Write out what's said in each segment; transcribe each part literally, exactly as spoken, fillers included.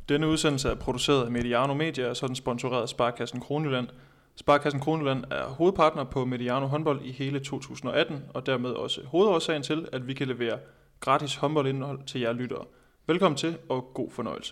Denne udsendelse er produceret af Mediano Media, og så er den sponsoreret af Sparekassen Kronjylland. Sparekassen Kronjylland er hovedpartner på Mediano håndbold i hele to tusind og atten, og dermed også hovedårsagen til, at vi kan levere gratis håndboldindhold til jer lyttere. Velkommen til, og god fornøjelse.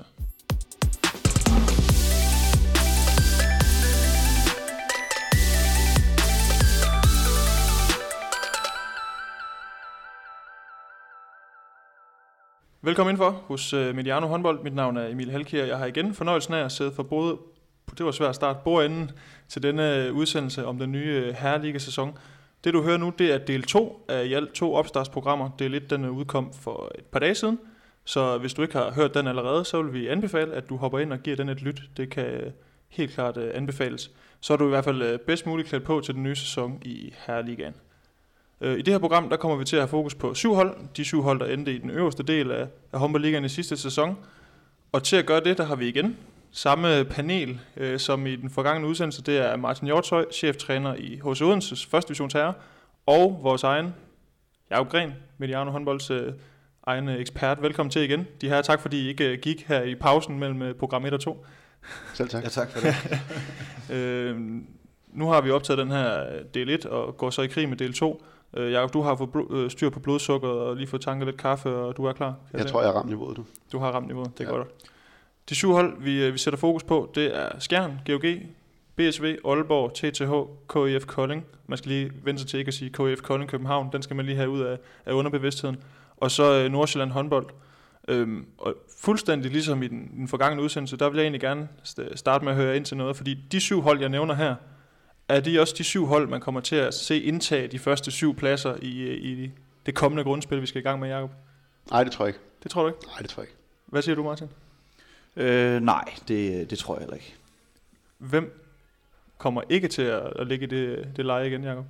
Velkommen indenfor hos Mediano håndbold. Mit navn er Emil Halkier. Jeg har igen fornøjelsen af at sidde for både, det var svært at starte, bordenden til denne udsendelse om den nye herreliga-sæson. Det du hører nu, det er del to af i alt to opstartsprogrammer. Del et, den udkom for et par dage siden. Så hvis du ikke har hørt den allerede, så vil vi anbefale, at du hopper ind og giver den et lyt. Det kan helt klart anbefales. Så er du i hvert fald bedst muligt klædt på til den nye sæson i herreligaen. I det her program, der kommer vi til at have fokus på syv hold. De syv hold, der endte i den øverste del af, af håndboldligaen i sidste sæson. Og til at gøre det, der har vi igen samme panel, øh, som i den forgangne udsendelse. Det er Martin Hjortshøj, cheftræner i H C Odenses første divisions herre, og vores egen Jakob Gren, Mediano håndbolds øh, egen ekspert. Velkommen til igen. De her, tak fordi I ikke øh, gik her i pausen mellem program et og to. Selv tak. Ja, tak for det. øh, nu har vi optaget den her del et og går så i krig med del to. Øh, Jakob, du har fået bl- styr på blodsukker og lige fået tanket lidt kaffe, og du er klar? Jeg, jeg tror, jeg har ramt niveauet, du. Du har ramt niveauet, det er ja. godt. De syv hold, vi, vi sætter fokus på, det er Skjern, G O G, B S V, Aalborg, T T H, K I F Kolding. Man skal lige vende sig til ikke at sige K I F Kolding København, den skal man lige have ud af, af underbevidstheden. Og så øh, Nordsjælland håndbold. Øhm, og fuldstændig ligesom i den, den forgangne udsendelse, der vil jeg egentlig gerne starte med at høre ind til noget, fordi de syv hold, jeg nævner her, er de også de syv hold, man kommer til at se indtage de første syv pladser i, i det kommende grundspil, vi skal i gang med, Jakob? Nej, det tror jeg ikke. Det tror du ikke? Nej, det tror jeg ikke. Hvad siger du, Martin? Øh, nej, det, det tror jeg heller ikke. Hvem kommer ikke til at, at ligge i det, det leje igen, Jakob?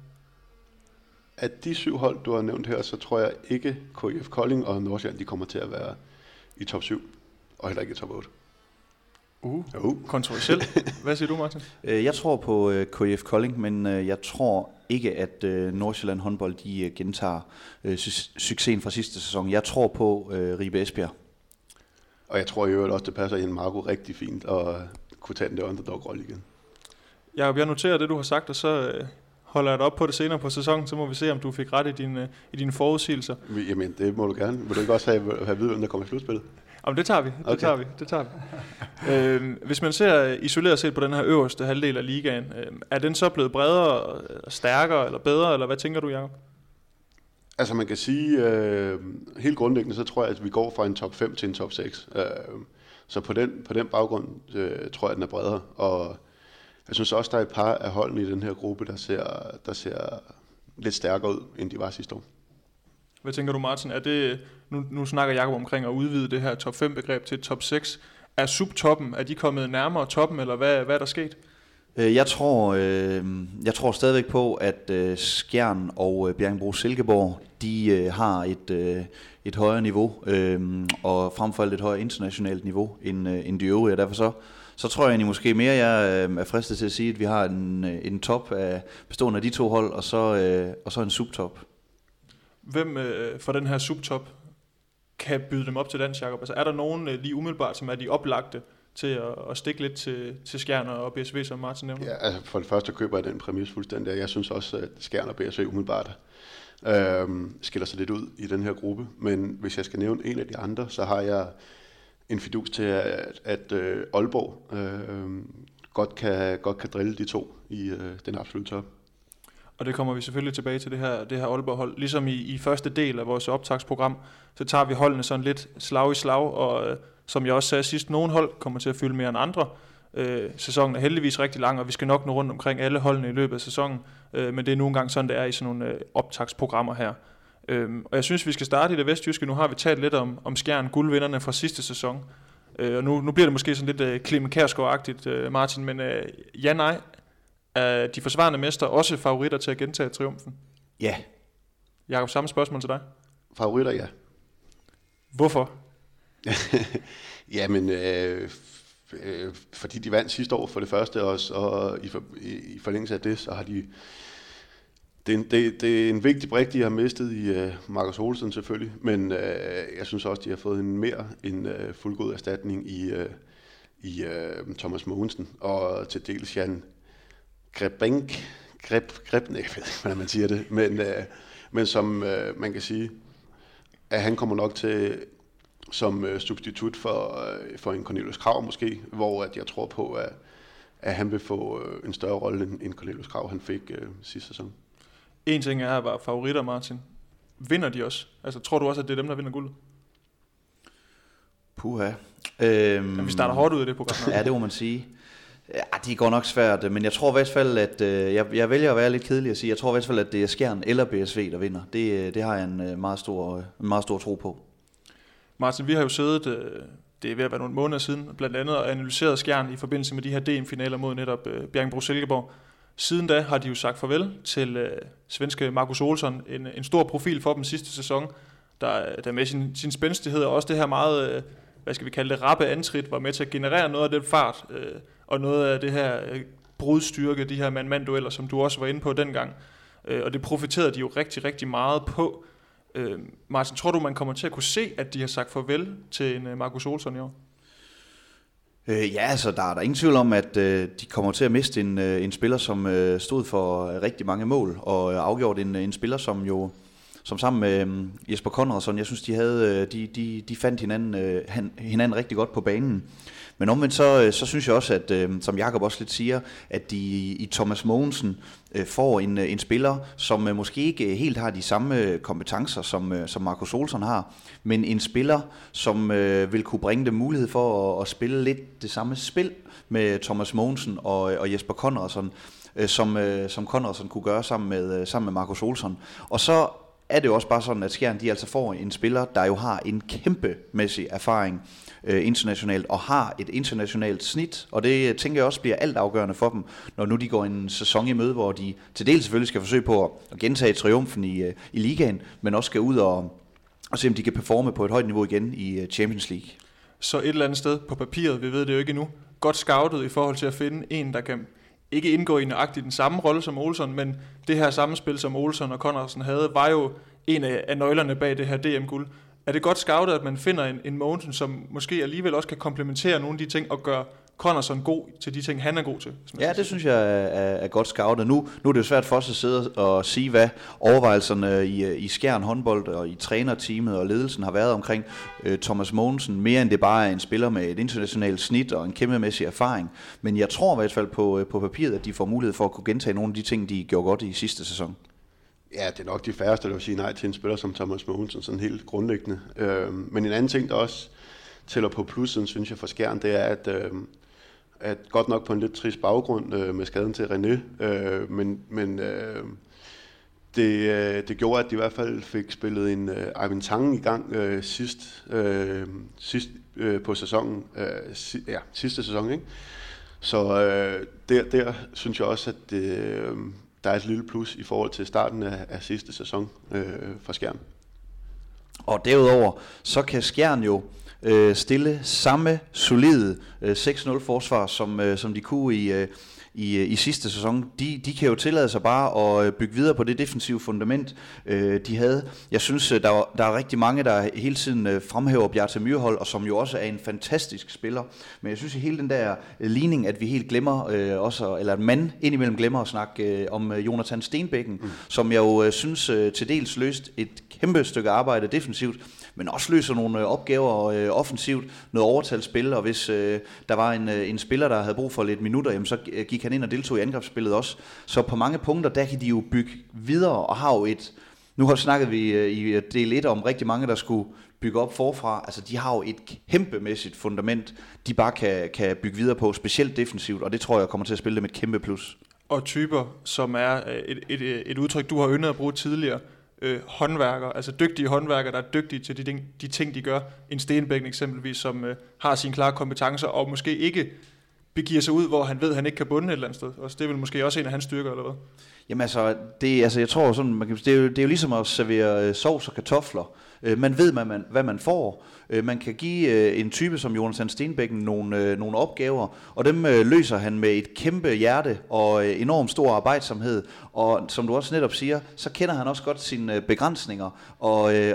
Af de syv hold, du har nævnt her, så tror jeg ikke K I F Kolding og Nordsjælland, de kommer til at være i top syv, og heller ikke i top otte. Uh, uh. Kontroversielt. Hvad siger du, Martin? Jeg tror på K I F Kolding, men jeg tror ikke, at Nordsjælland håndbold de gentager succesen fra sidste sæson. Jeg tror på Ribe Esbjerg. Og jeg tror i øvrigt også, det passer Jan Marco rigtig fint at kunne tage den der underdog-rolle igen. Jakob, jeg noterer det, du har sagt, og så holder jeg dig op på det senere på sæsonen, så må vi se, om du fik ret i dine, i dine forudsigelser. Jamen, det må du gerne. Vil du ikke også have, have vidt, hvem der kommer i slutspillet? Jamen, det tager vi. Det okay. tager vi. Det tager vi. øh, hvis man ser isoleret set på den her øverste halvdel af ligaen, øh, er den så blevet bredere, stærkere eller bedre, eller hvad tænker du, Jakob? Altså man kan sige, øh, helt grundlæggende, så tror jeg, at vi går fra en top fem til en top seks. Øh, så på den, på den baggrund øh, tror jeg, at den er bredere. Og jeg synes også, der er et par af holdene i den her gruppe, der ser, der ser lidt stærkere ud, end de var sidste år. Hvad tænker du, Martin? Er det, nu, nu snakker Jakob omkring at udvide det her top fem begreb til top seks. Er subtoppen, er de kommet nærmere toppen, eller hvad, hvad er der sket? Jeg tror, øh, jeg tror stadigvæk på, at øh, Skjern og øh, Bjerringbro Silkeborg, de øh, har et, øh, et højere niveau, øh, og frem for alt et højere internationalt niveau end, øh, end de øvrige. Derfor så, så tror jeg egentlig måske mere, jeg øh, er fristet til at sige, at vi har en, en top af, bestående af de to hold, og så, øh, og så en subtop. Hvem øh, for den her subtop kan byde dem op til dans, Jakob? Altså er der nogen øh, lige umiddelbart, som er de oplagte til at, at stikke lidt til, til Skjern og B S V, som Martin nævner? Ja, altså for det første køber jeg den præmis fuldstændig. Jeg synes også, at Skjern og B S V umiddelbart øh, skiller sig lidt ud i den her gruppe. Men hvis jeg skal nævne en af de andre, så har jeg en fidus til, at, at øh, Aalborg øh, godt, kan, godt kan drille de to i øh, den absolutte top. Og det kommer vi selvfølgelig tilbage til det her, det her Aalborg-hold. Ligesom i, i første del af vores optagsprogram, så tager vi holdene sådan lidt slag i slag, og øh, som jeg også sagde sidst, nogle hold kommer til at fylde mere end andre. Øh, sæsonen er heldigvis rigtig lang, og vi skal nok nå rundt omkring alle holdene i løbet af sæsonen, øh, men det er nogle gange sådan, det er i sådan nogle øh, optagsprogrammer her. Øh, og jeg synes, vi skal starte i det vestjyske. Nu har vi talt lidt om, om Skjern, guldvinderne fra sidste sæson. Øh, og nu, nu bliver det måske sådan lidt øh, Clemen Kjærsgaard-agtigt, øh, Martin, men øh, ja, nej. Er de forsvarende mester også favoritter til at gentage triumfen? Ja. Jakob, samme spørgsmål til dig. Favoritter, ja. Hvorfor? Jamen, øh, øh, fordi de vandt sidste år for det første også, og i, for, i, i forlængelse af det, så har de... Det er en, det, det er en vigtig brik, de har mistet i uh, Marcus Olsen selvfølgelig, men uh, jeg synes også, de har fået en mere en uh, fuldgod erstatning i, uh, i øh, Thomas Mogensen, og til dels Jan Grebenk, Greb, Greb, nej, jeg ved ikke, hvordan man siger det, men, øh, men som øh, man kan sige, at han kommer nok til som øh, substitut for, øh, for en Cornelius Krag måske, hvor at jeg tror på, at, at han vil få øh, en større rolle end, end Cornelius Krag, han fik øh, sidste sæson. En ting er at være favoritter, Martin. Vinder de også? Altså, tror du også, at det er dem, der vinder guldet? Puha. Øhm, Jamen, vi starter hårdt ud i det program. Ja, det må man sige. Ja, det går nok svært, men jeg tror i hvert fald, at øh, jeg, jeg vælger at være lidt kedelig at sige, jeg tror i hvert fald, at det er Skjern eller B S V, der vinder. Det, det har jeg en meget stor, en meget stor tro på. Martin, vi har jo siddet, øh, det er ved at være nogle måneder siden, blandt andet og analyseret Skjern i forbindelse med de her D M-finaler mod netop øh, Bjerringbro-Silkeborg. Siden da har de jo sagt farvel til øh, svenske Marcus Olsson, en, en stor profil for dem sidste sæson, der, der med sin, sin spændstighed og også det her meget, øh, hvad skal vi kalde det, rappe antrit, var med til at generere noget af den fart øh, og noget af det her øh, brudstyrke, de her mand-mand-dueller, som du også var inde på dengang. Øh, og det profiterede de jo rigtig, rigtig meget på. Øh, Martin, tror du, man kommer til at kunne se, at de har sagt farvel til en øh, Marcus Olsson i år? Øh, ja, altså der er der ingen tvivl om, at øh, de kommer til at miste en, øh, en spiller, som øh, stod for øh, rigtig mange mål, og øh, afgjort en, en spiller, som jo som sammen med øh, Jesper Conradsson, jeg synes, de havde, øh, de, de, de fandt hinanden, øh, hinanden rigtig godt på banen. Men omvendt så, så synes jeg også, at øh, som Jakob også lidt siger, at de i Thomas Mogensen øh, får en, en spiller, som øh, måske ikke helt har de samme kompetencer, som, øh, som Marcus Olsson har, men en spiller, som øh, vil kunne bringe dem mulighed for at, at spille lidt det samme spil med Thomas Mogensen og, og Jesper Conradsson, øh, som, øh, som Conradsson kunne gøre sammen med, øh, sammen med Marcus Olsson. Og så er det jo også bare sådan, at Skjern de altså får en spiller, der jo har en kæmpemæssig erfaring øh, internationalt, og har et internationalt snit, og det tænker jeg også bliver alt afgørende for dem, når nu de går en sæson i møde, hvor de til dels selvfølgelig skal forsøge på at gentage triumfen i, øh, i ligaen, men også skal ud og, og se, om de kan performe på et højt niveau igen i Champions League. Så et eller andet sted på papiret, vi ved det jo ikke endnu, godt scoutet i forhold til at finde en, der kan ikke indgå i nøjagtigt den samme rolle som Olsson, men det her samspil, som Olsson og Conradsen havde, var jo en af, af nøglerne bag det her D M-guld. Er det godt scoutet, at man finder en, en Mogensen, som måske alligevel også kan komplementere nogle af de ting og gøre Conradsen god til de ting, han er god til? Ja, det synes jeg er, er godt scoutet. Nu, nu er det jo svært for os at sidde og sige, hvad overvejelserne i, i Skjern håndbold og i trænerteamet og ledelsen har været omkring øh, Thomas Mogensen, mere end det bare er en spiller med et internationalt snit og en kæmpemæssig erfaring. Men jeg tror i hvert fald på, på papiret, at de får mulighed for at kunne gentage nogle af de ting, de gjorde godt i sidste sæson. Ja, det er nok de færreste, der vil sige nej til en spiller som Thomas Mogensen, sådan helt grundlæggende. Øh, men en anden ting, der også tæller på plussen, synes jeg, for Skjern, det er, at, øh, at godt nok på en lidt trist baggrund øh, med skaden til René, øh, men, men øh, det, øh, det gjorde, at de i hvert fald fik spillet en øh, Eivind Tangen i gang øh, sidst, øh, sidst øh, på sæsonen, øh, si, ja, sidste sæson, ikke? Så øh, der, der synes jeg også, at det, øh, der er et lille plus i forhold til starten af, af sidste sæson øh, for Skjern. Og derudover, så kan Skjern jo øh, stille samme solide øh, seks nul forsvar, som, øh, som de kunne i, øh, i, i sidste sæson. De, de kan jo tillade sig bare at bygge videre på det defensive fundament, øh, de havde. Jeg synes, der er, der er rigtig mange, der hele tiden øh, fremhæver Bjarte Myrhold, og som jo også er en fantastisk spiller. Men jeg synes i hele den der øh, ligning, at vi helt glemmer øh, også, eller at man indimellem glemmer at snakke øh, om øh, Jonathan Stenbækken, mm. som jeg jo øh, synes øh, til dels løst et kæmpe stykke arbejde defensivt, men også løser nogle øh, opgaver øh, offensivt, noget overtalsspil, og hvis øh, der var en, øh, en spiller, der havde brug for lidt minutter, jamen, så øh, gik han ind og deltog i angrebsspillet også. Så på mange punkter, der kan de jo bygge videre, og har jo et, nu har snakket vi øh, i del et om rigtig mange, der skulle bygge op forfra, altså de har jo et kæmpemæssigt fundament, de bare kan, kan bygge videre på, specielt defensivt, og det tror jeg kommer til at spille dem et kæmpe plus. Og typer, som er et, et, et udtryk, du har yndet at bruge tidligere, øh, håndværkere, altså dygtige håndværkere, der er dygtige til de ting, de, ting, de gør. En Stenbækken eksempelvis, som øh, har sine klare kompetencer, og måske ikke begiver sig ud, hvor han ved, at han ikke kan bunde et eller andet sted. Og det er vel måske også en af hans styrker, eller hvad? Jamen altså, det, altså jeg tror sådan, man kan, det, er jo, det er jo ligesom at servere øh, sovs og kartofler. Øh, man ved, hvad man, hvad man får. Øh, man kan give øh, en type som Jonathan Stenbækken nogle, øh, nogle opgaver, og dem øh, løser han med et kæmpe hjerte og øh, enormt stor arbejdsomhed. Og som du også netop siger, så kender han også godt sine øh, begrænsninger, og, øh, og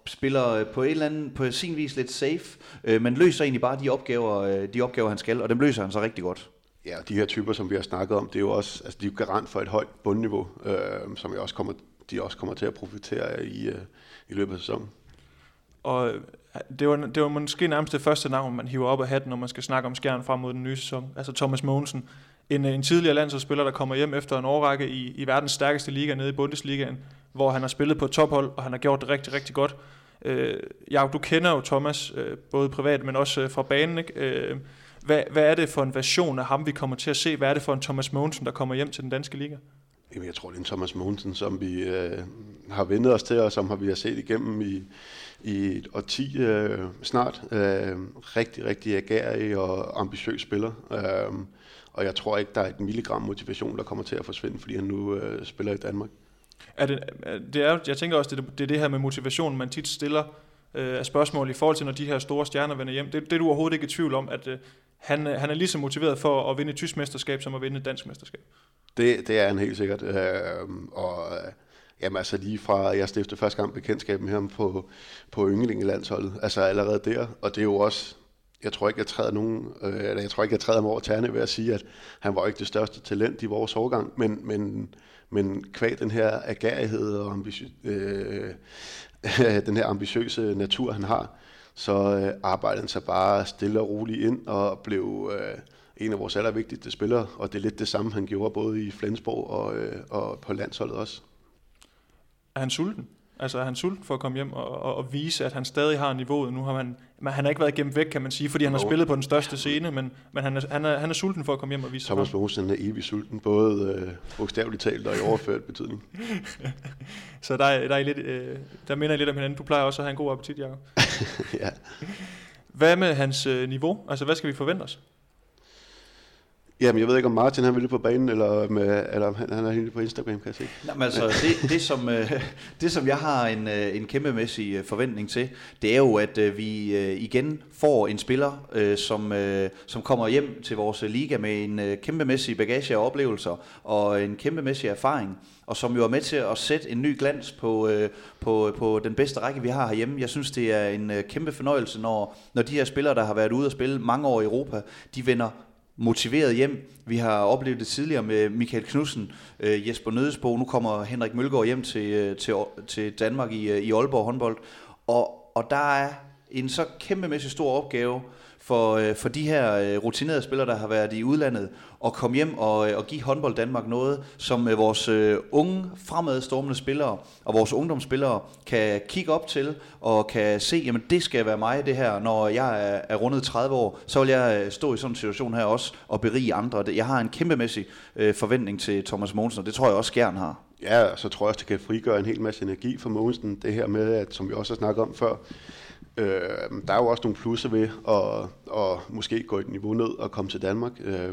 spiller på en eller anden, på sin vis lidt safe, øh, men løser egentlig bare de opgaver, øh, de opgaver, han skal, og dem løser han så rigtig godt. Ja, de her typer, som vi har snakket om, det er jo også, altså de er jo garant for et højt bundniveau, øh, som jeg også kommer, de også kommer til at profitere af i, øh, i løbet af sæsonen. Og det var, det var måske nærmest det første navn, man hiver op af hatten, når man skal snakke om Skjern frem mod den nye sæson. Altså Thomas Mogensen, en, en tidligere landsholdsspiller, der kommer hjem efter en årrække i, i verdens stærkeste liga nede i Bundesligaen, hvor han har spillet på et tophold, og han har gjort det rigtig, rigtig godt. Øh, Jakob, du kender jo Thomas, øh, både privat, men også øh, fra banen, ikke? Øh, hvad, hvad er det for en version af ham, vi kommer til at se? Hvad er det for en Thomas Mogensen, der kommer hjem til den danske liga? Jamen, jeg tror, det er en Thomas Mogensen, som vi øh, har vendet os til, og som har vi har set igennem i, i et årti øh, snart. Øh, rigtig, rigtig agerig og ambitiøs spiller. Øh, og jeg tror ikke, der er et milligram motivation, der kommer til at forsvinde, fordi han nu øh, spiller i Danmark. Er det, det er, jeg tænker også, det, det er det her med motivation, man tit stiller øh, af spørgsmål i forhold til, når de her store stjerner vender hjem. Det, det er du overhovedet ikke i tvivl om, at øh, han, han er lige så motiveret for at vinde et tysk mesterskab, som at vinde et dansk mesterskab. Det, det er han helt sikkert. Øh, og jamen, altså lige fra, jeg stiftede første gang bekendtskab med ham på, på yndlingelandsholdet, altså allerede der, og det er jo også, jeg tror ikke, jeg træder nogen, øh, eller jeg tror ikke, jeg træder ham over tæerne ved at sige, at han var ikke det største talent i vores årgang, men, men, men kvad den her agerighed og ambici- øh, den her ambitiøse natur, han har, så øh, arbejdede han sig bare stille og roligt ind og blev øh, en af vores allervigtigste spillere, og det er lidt det samme, han gjorde både i Flensborg og, øh, og på landsholdet også. Er han sulten? Altså er han sulten for at komme hjem og, og, og vise, at han stadig har niveauet? Nu har han, man, han har ikke været gemt væk, kan man sige, fordi han har spillet på den største scene, men, men han, er, han, er, han er sulten for at komme hjem og vise Thomas Mogensen er evig sulten, både øh, bogstaveligt talt og i overført betydning. Så der, der, er lidt, øh, der minder jeg lidt om hinanden. Du plejer også at have en god appetit, Jacob. Ja. Hvad med hans øh, niveau? Altså hvad skal vi forvente os? Jamen, jeg ved ikke, om Martin han ville på banen, eller, med, eller han, han er helt på Instagram, kan jeg se. Jamen, altså, det, det, som, det, som jeg har en, en kæmpemæssig forventning til, det er jo, at vi igen får en spiller, som, som kommer hjem til vores liga med en kæmpemæssig bagage af oplevelser og en kæmpemæssig erfaring, og som jo er med til at sætte en ny glans på, på, på den bedste række, vi har herhjemme. Jeg synes, det er en kæmpe fornøjelse, når, når de her spillere, der har været ude og spille mange år i Europa, de vender motiveret hjem. Vi har oplevet det tidligere med Michael Knudsen, øh, Jesper Nødesbo. Nu kommer Henrik Mølgaard hjem til, til, til Danmark i, i Aalborg håndbold. Og, og der er en så kæmpemæssig stor opgave for, for de her rutinerede spillere, der har været i udlandet, at komme hjem og, og give håndbold Danmark noget, som vores unge, fremadstormende spillere og vores ungdomsspillere kan kigge op til og kan se, jamen det skal være mig det her, når jeg er, er rundet tredive år, så vil jeg stå i sådan en situation her også og berige andre. Jeg har en kæmpemæssig øh, forventning til Thomas Mogensen, og det tror jeg også Skjern har. Ja, så tror jeg også, det kan frigøre en hel masse energi for Mogensen, det her med, at, som vi også har snakket om før, Øh, der er jo også nogle plusser ved at, at måske gå et niveau ned og komme til Danmark. Øh,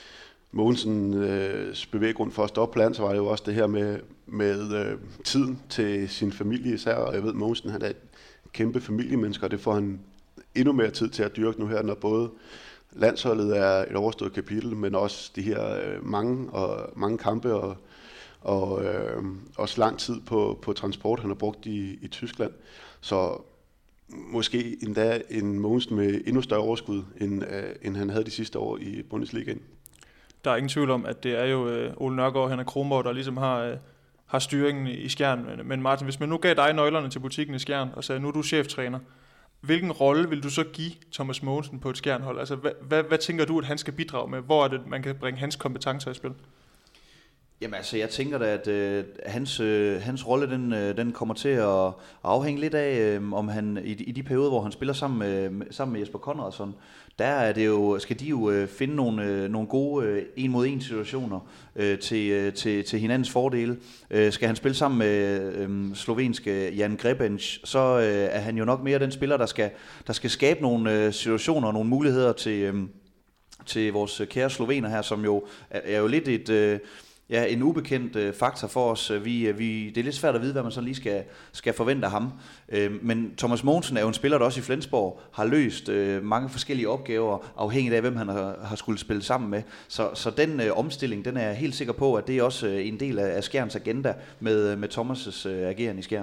Mogensens bevæggrund for at stoppe på land, så var det jo også det her med, med øh, tiden til sin familie især, og jeg ved, Mogensen han er et kæmpe familiemenneske, og det får han endnu mere tid til at dyrke nu her, når både landsholdet er et overstået kapitel, men også de her øh, mange, og, mange kampe og, og øh, også lang tid på, på transport, han har brugt i, i Tyskland. Så måske endda en Mogensen med endnu større overskud, end, øh, end han havde de sidste år i Bundesligaen. Der er ingen tvivl om, at det er jo øh, Ole Nørgaard og Henrik Kronborg, der ligesom har, øh, har styringen i Skjern. Men Martin, hvis man nu gav dig nøglerne til butikken i Skjern, og sagde, nu er du cheftræner, hvilken rolle vil du så give Thomas Mogensen på et Skjernhold? Altså, hvad, hvad, hvad tænker du, at han skal bidrage med? Hvor er det, man kan bringe hans kompetencer i spil? Jamen altså, jeg tænker da, at øh, hans, øh, hans rolle, den, øh, den kommer til at afhænge lidt af, øh, om han i, i de perioder, hvor han spiller sammen med, sammen med Jesper Conradsson, der er det jo, skal de jo øh, finde nogle, øh, nogle gode øh, en mod en situationer øh, til, øh, til, til hinandens fordele. Øh, skal han spille sammen med øh, slovenske Jan Grebenc, så øh, er han jo nok mere den spiller, der skal, der skal skabe nogle øh, situationer og nogle muligheder til, øh, til vores kære slovener her, som jo er, er jo lidt et... Øh, Ja, en ubekendt øh, faktor for os. Vi, vi, det er lidt svært at vide, hvad man så lige skal, skal forvente af ham. Øh, men Thomas Mogensen er jo en spiller, der også i Flensborg har løst øh, mange forskellige opgaver, afhængigt af, hvem han har, har skulle spille sammen med. Så, så den øh, omstilling, den er jeg helt sikker på, at det er også øh, en del af, af Skjerns agenda med, med Thomas' øh, ageren i Skjern.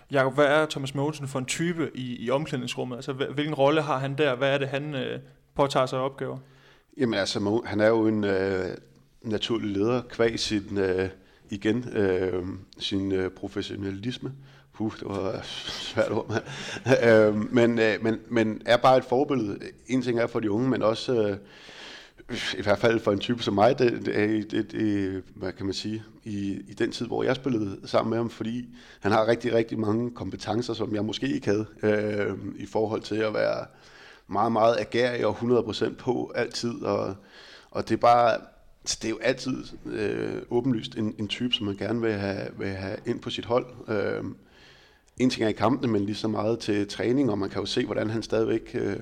Jakob, hvad er Thomas Mogensen for en type i, i omklædningsrummet? Altså, hvilken rolle har han der? Hvad er det, han øh, påtager sig af opgaver? Jamen altså, han er jo en øh, naturlig leder, kvæg sin, øh, igen, øh, sin øh, professionalisme. Puh, det var svært ord, man. øh, men, øh, men, men er bare et forbillede. En ting er for de unge, men også øh, i hvert fald for en type som mig, det, det, det, det, hvad kan man sige, i, i den tid, hvor jeg spillede sammen med ham, fordi han har rigtig, rigtig mange kompetencer, som jeg måske ikke havde, øh, i forhold til at være meget, meget agerig og hundrede procent på altid, og, og det er bare, det er jo altid øh, åbenlyst en, en type, som man gerne vil have, vil have ind på sit hold. Øh, en ting er i kampene, men lige så meget til træning, og man kan jo se, hvordan han stadigvæk øh,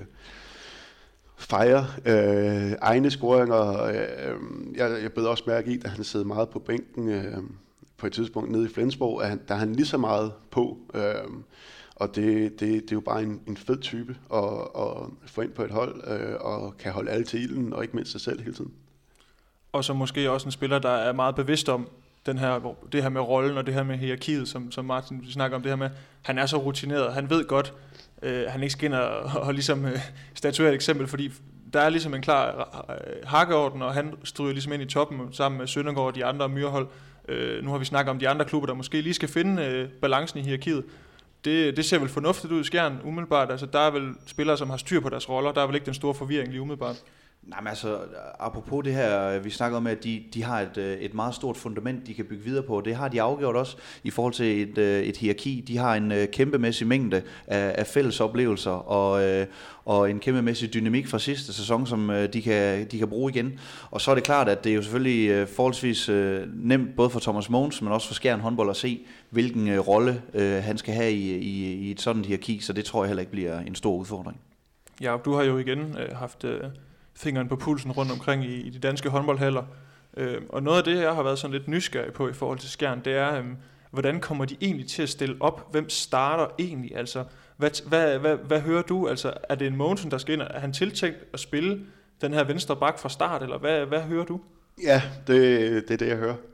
fejrer øh, egne scoringer. Øh, jeg, jeg bed også mærke i, at han sidder meget på bænken øh, på et tidspunkt nede i Flensborg, at han, der er han lige så meget på. Øh, og det, det, det er jo bare en, en fed type at, at få ind på et hold, øh, og kan holde alle til ilden, og ikke mindst sig selv hele tiden. Og så måske også en spiller, der er meget bevidst om den her, det her med rollen og det her med hierarkiet, som, som Martin snakker om, det her med, han er så rutineret, han ved godt, øh, han ikke skal ind og, og ligesom øh, statuere et eksempel, fordi der er ligesom en klar øh, hakkeorden, og han stryger ligesom ind i toppen sammen med Søndergaard og de andre Myrehold. Øh, nu har vi snakket om de andre klubber, der måske lige skal finde øh, balancen i hierarkiet. Det, det ser vel fornuftigt ud i Skjern, umiddelbart. Altså, der er vel spillere, som har styr på deres roller. Der er vel ikke den store forvirring lige umiddelbart. Nej, men altså, apropos det her, vi snakker om, at de, de har et, et meget stort fundament, de kan bygge videre på. Det har de afgjort også i forhold til et, et hierarki. De har en kæmpemæssig mængde af, af fælles oplevelser og, og en kæmpemæssig dynamik fra sidste sæson, som de kan, de kan bruge igen. Og så er det klart, at det er jo selvfølgelig forholdsvis nemt, både for Thomas Mogensen, men også for Skjern håndbold at se, hvilken rolle han skal have i, i, i et sådan hierarki, så det tror jeg heller ikke bliver en stor udfordring. Ja, du har jo igen øh, haft øh, fingeren på pulsen rundt omkring i, i de danske håndboldhaller. Øh, og noget af det, jeg har været sådan lidt nysgerrig på i forhold til Skjern, det er, øh, hvordan kommer de egentlig til at stille op? Hvem starter egentlig? Altså, hvad, hvad, hvad, hvad hører du? Altså, er det en Mogensen, der skal ind? Er han tiltænkt at spille den her venstre bak fra start, eller hvad, hvad hører du? Ja, det, det er det, jeg hører.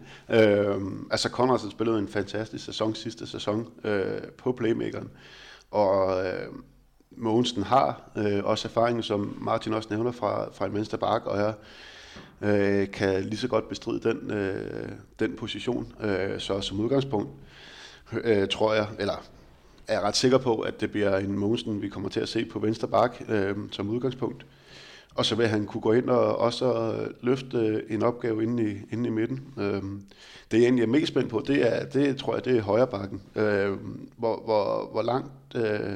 øhm, altså, Conradsen spillede en fantastisk sæson sidste sæson øh, på Playmakeren, og øh, Mogensen har øh, også erfaring, som Martin også nævner, fra, fra en venstre bak, og jeg øh, kan lige så godt bestride den, øh, den position. Øh, så som udgangspunkt øh, tror jeg, eller er jeg ret sikker på, at det bliver en Mogensen, vi kommer til at se på venstre bak øh, som udgangspunkt. Og så vil han kunne gå ind og også løfte en opgave inde i, inde i midten. Øhm, det jeg egentlig er mest spændt på, det er, det tror jeg, det er højre bakken. Øhm, hvor, hvor, hvor langt øh,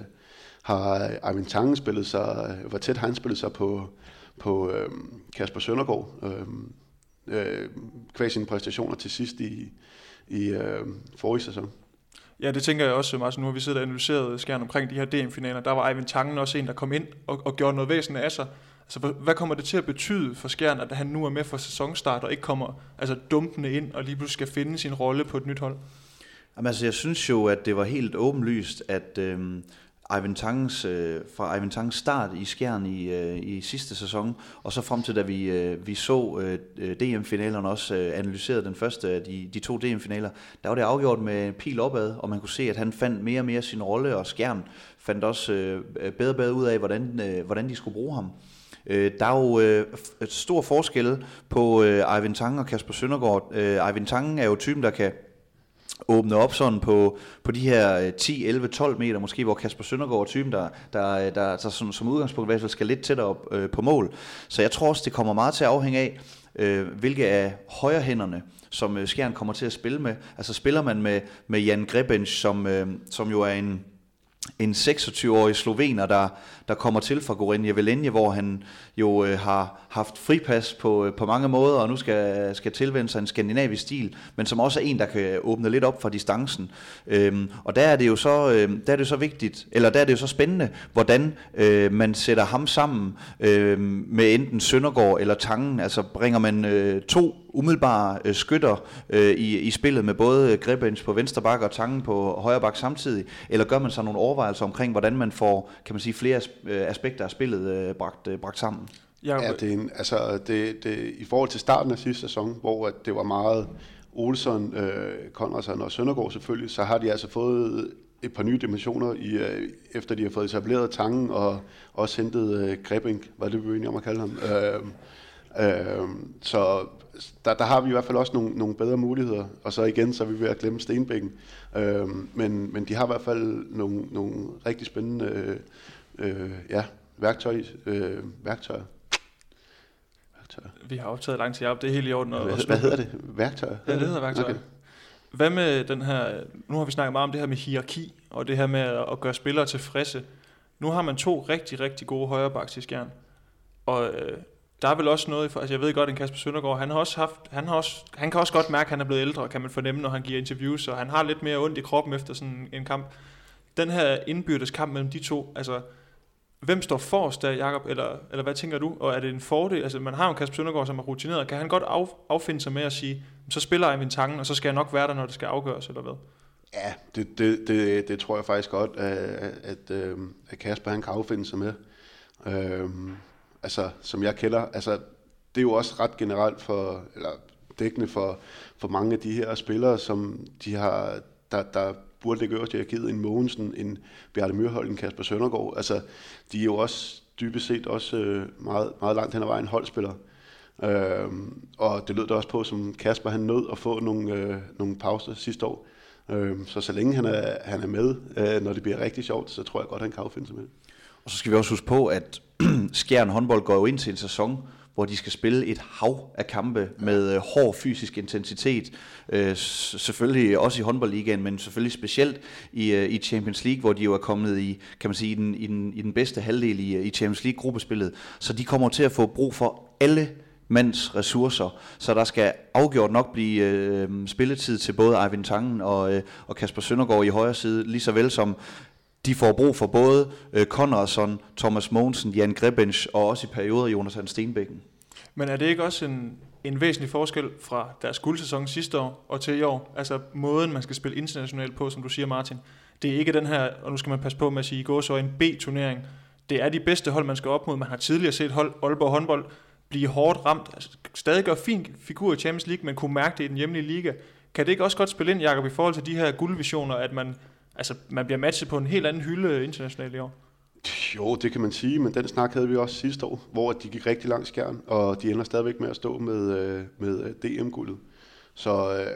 har Eivind Tangen spillet sig, hvor tæt har han spillet sig på, på øhm, Kasper Søndergaard, øhm, øh, kvæg sine præstationer til sidst i, i øh, forrige sæson. Ja, det tænker jeg også, Martin. Nu har vi siddet og analyseret Skjern omkring de her D M-finaler. Der var Eivind Tangen også en, der kom ind og, og gjorde noget væsentligt af sig. Altså, hvad kommer det til at betyde for Skjern, at han nu er med for sæsonstart og ikke kommer altså, dumpende ind og lige pludselig skal finde sin rolle på et nyt hold? Jamen, altså, jeg synes jo, at det var helt åbenlyst, at øhm, Eivind Tangens, øh, fra Eivind Tangens start i Skjern i, øh, i sidste sæson, og så frem til, da vi, øh, vi så øh, D M-finalerne også øh, analyserede den første af de, de to D M-finaler, der var det afgjort med pil opad, og man kunne se, at han fandt mere og mere sin rolle, og Skjern fandt også øh, bedre og bedre ud af, hvordan, øh, hvordan de skulle bruge ham. Der er jo øh, et stor forskel på øh, Eivind Tangen og Kasper Søndergaard. Øh, Eivind Tangen er jo typen, der kan åbne op sådan på, på de her ti, elleve, tolv meter måske, hvor Kasper Søndergaard er typen, der, der, der, der som, som udgangspunkt i hvert fald skal lidt tættere op øh, på mål. Så jeg tror også, det kommer meget til at afhænge af, øh, hvilke af højrehænderne, som øh, Skjern kommer til at spille med. Altså spiller man med, med Jan Grebenc, som, øh, som jo er en en seksogtyve-årig slovener, der, der kommer til fra Gorenje Velenje, hvor han jo øh, har haft fripas på, øh, på mange måder, og nu skal, skal tilvende sig en skandinavisk stil, men som også er en, der kan åbne lidt op for distancen. Øhm, og der er det jo så, øh, der er det så vigtigt, eller der er det jo så spændende, hvordan øh, man sætter ham sammen øh, med enten Søndergaard eller Tangen. Altså bringer man øh, to umiddelbare øh, skytter øh, i, i spillet med både Grebenc på venstre bak og Tangen på højre bak samtidig, eller gør man så nogle overvejelser omkring, hvordan man får, kan man sige, flere aspekter af spillet øh, bragt, øh, bragt sammen? Ja, det er en, altså det, det, i forhold til starten af sidste sæson, hvor det var meget Olsson, øh, Conradsen og Søndergaard selvfølgelig, så har de altså fået et par nye dimensioner, i, øh, efter de har fået etableret Tangen og også hentet øh, Grebing, var det vi var enige om at kalde ham. Øh, øh, så der, der har vi i hvert fald også nogle, nogle bedre muligheder, og så igen, så er vi ved at glemme Stenbækken. Øh, men, men de har i hvert fald nogle, nogle rigtig spændende øh, øh, ja, værktøj, øh, værktøjer. Vi har optaget lang tid op, det er helt i orden. Og, hvad, hvad hedder det? Værktøjer? Ja, det hedder værktøjer. Okay. Hvad med den her, nu har vi snakket meget om det her med hierarki, og det her med at gøre spillere tilfredse. Nu har man to rigtig, rigtig gode højrebacks i Skjern. Og øh, der er vel også noget, for, altså jeg ved godt, at Kasper Søndergaard, han har også haft, han har også, han kan også godt mærke, at han er blevet ældre, kan man fornemme, når han giver interviews, og han har lidt mere ondt i kroppen efter sådan en kamp. Den her indbyrdes kamp mellem de to, altså hvem står forrest der, Jakob, eller, eller hvad tænker du? Og er det en fordel? Altså, man har jo Kasper Søndergaard, som er rutineret. Kan han godt af, affinde sig med at sige, så spiller jeg min Tangen, og så skal jeg nok være der, når det skal afgøres, eller hvad? Ja, det, det, det, det tror jeg faktisk godt, at, at, at Kasper han kan affinde sig med. Øhm, altså, som jeg kender, altså, det er jo også ret generelt for, eller dækkende for, for mange af de her spillere, som de har, der, der burde ligge øverst i hierarkiet, en Mogensen, en Bjarte Myrhold, en Kasper Søndergaard. Altså, de er jo også dybest set også øh, meget, meget langt hen ad vejen holdspillere. Øhm, og det lød da også på, som Kasper han nød at få nogle, øh, nogle pauser sidste år. Øhm, så så længe han er, han er med, øh, når det bliver rigtig sjovt, så tror jeg godt, han kan affinde sig med. Og så skal vi også huske på, at Skjern håndbold går jo ind til en sæson, hvor de skal spille et hav af kampe med øh, hård fysisk intensitet. Øh, selvfølgelig også i håndboldligaen, men selvfølgelig specielt i, øh, i Champions League, hvor de jo er kommet i, kan man sige, i den, i den, i den bedste halvdel i, i Champions League-gruppespillet. Så de kommer til at få brug for alle mands ressourcer, så der skal afgjort nok blive øh, spilletid til både Eivind Tangen og, øh, og Kasper Søndergaard i højre side, lige så vel som de får brug for både øh, Conradsen, Thomas Mogensen, Jan Grebench og også i perioder Jonathan Stenbækken. Men er det ikke også en, en væsentlig forskel fra deres guldsæson sidste år og til i år? Altså måden, man skal spille internationalt på, som du siger, Martin. Det er ikke den her, og nu skal man passe på med at sige, i går så en B-turnering. Det er de bedste hold, man skal op mod. Man har tidligere set hold, Aalborg håndbold blive hårdt ramt. Altså, stadig gør fin figur i Champions League, men kunne mærke det i den hjemlige liga. Kan det ikke også godt spille ind, Jakob, i forhold til de her guldvisioner, at man, altså, man bliver matchet på en helt anden hylde internationalt i år? Jo, det kan man sige, men den snak havde vi også sidste år, hvor de gik rigtig langt Skjern, og de ender stadigvæk med at stå med, med D M-guldet. Så øh,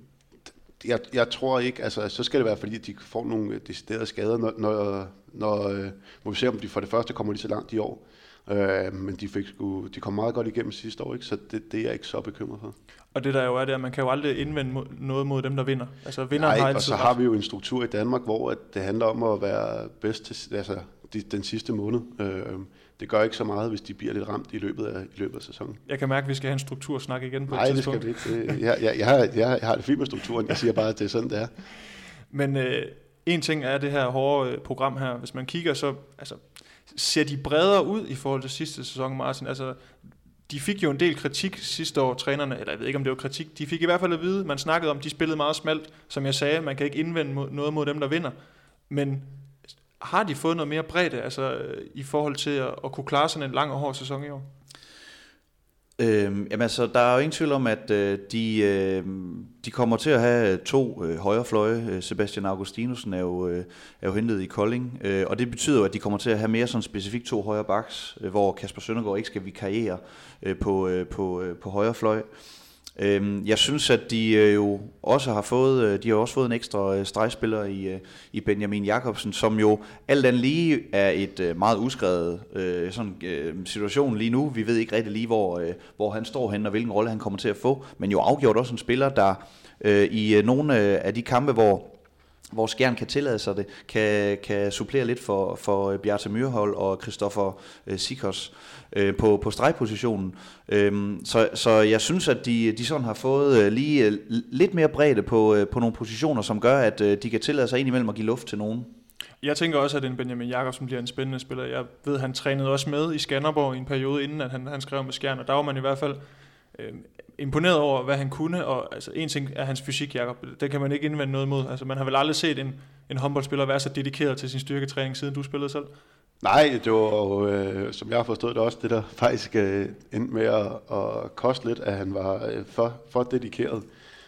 jeg, jeg tror ikke, altså så skal det være, fordi de får nogle deciderede skader, når, når, når øh, må vi se, om de for det første kommer lige så langt i år. Øh, men de, fik sgu, de kom meget godt igennem sidste år, ikke? Så det, det er jeg ikke så bekymret for. Og det der jo er, det er, at man kan jo aldrig indvende mod, noget mod dem, der vinder. Altså, vinder Nej, har og så ret. har vi jo en struktur i Danmark, hvor at det handler om at være bedst til, altså, de, den sidste måned. Øh, det gør ikke så meget, hvis de bliver lidt ramt i løbet af, i løbet af sæsonen. Jeg kan mærke, at vi skal have en struktursnak igen på Nej, et tidspunkt. Nej, det skal vi ikke. Jeg, jeg, jeg, har, jeg, jeg har det fint med strukturen. Jeg siger bare, at det er sådan, det er. Men øh, en ting er det her hårde program her. Hvis man kigger, så altså, ser de bredere ud i forhold til sidste sæson, Martin? Altså, de fik jo en del kritik sidste år, trænerne, eller jeg ved ikke, om det var kritik. De fik i hvert fald at vide, man snakkede om, de spillede meget smalt. Som jeg sagde, man kan ikke indvende mod, noget mod dem, der vinder. Men har de fået noget mere bredde, altså i forhold til at, at kunne klare sådan en lang og hård sæson i år? Øhm, jamen altså, der er jo ingen tvivl om, at øh, de, øh, de kommer til at have to øh, højrefløje. Sebastian Augustinussen er jo, øh, er jo hentet i Kolding, øh, og det betyder jo, at de kommer til at have mere sådan specifikt to højre backs, øh, hvor Kasper Søndergaard ikke skal vikariere øh, på, øh, på, øh, på højrefløj. Jeg synes, at de jo også har fået, de har også fået en ekstra stregspiller i, i Benjamin Jakobsen, som jo alt andet lige er et meget uskrevet sådan, situation lige nu. Vi ved ikke rigtig lige, hvor, hvor han står henne og hvilken rolle han kommer til at få, men jo afgjort også en spiller, der i nogle af de kampe, hvor hvor Skjern kan tillade sig det, kan, kan supplere lidt for, for Bjarte Myrhold og Christoffer øh, Sikos øh, på, på stregpositionen. Øhm, så, så jeg synes, at de, de sådan har fået øh, lige øh, lidt mere bredde på, øh, på nogle positioner, som gør, at øh, de kan tillade sig indimellem at give luft til nogen. Jeg tænker også, at en Benjamin Jakobsen bliver en spændende spiller. Jeg ved, han trænede også med i Skanderborg i en periode, inden at han, han skrev med Skjern, og der var man i hvert fald øh, imponeret over, hvad han kunne, og altså, en ting er hans fysik, Jakob. Det kan man ikke indvende noget mod. Altså, man har vel aldrig set en, en håndboldspiller være så dedikeret til sin styrketræning, siden du spillede selv? Nej, det var jo, øh, som jeg har forstået det også, det der faktisk øh, endte med at, at koste lidt, at han var øh, for, for dedikeret.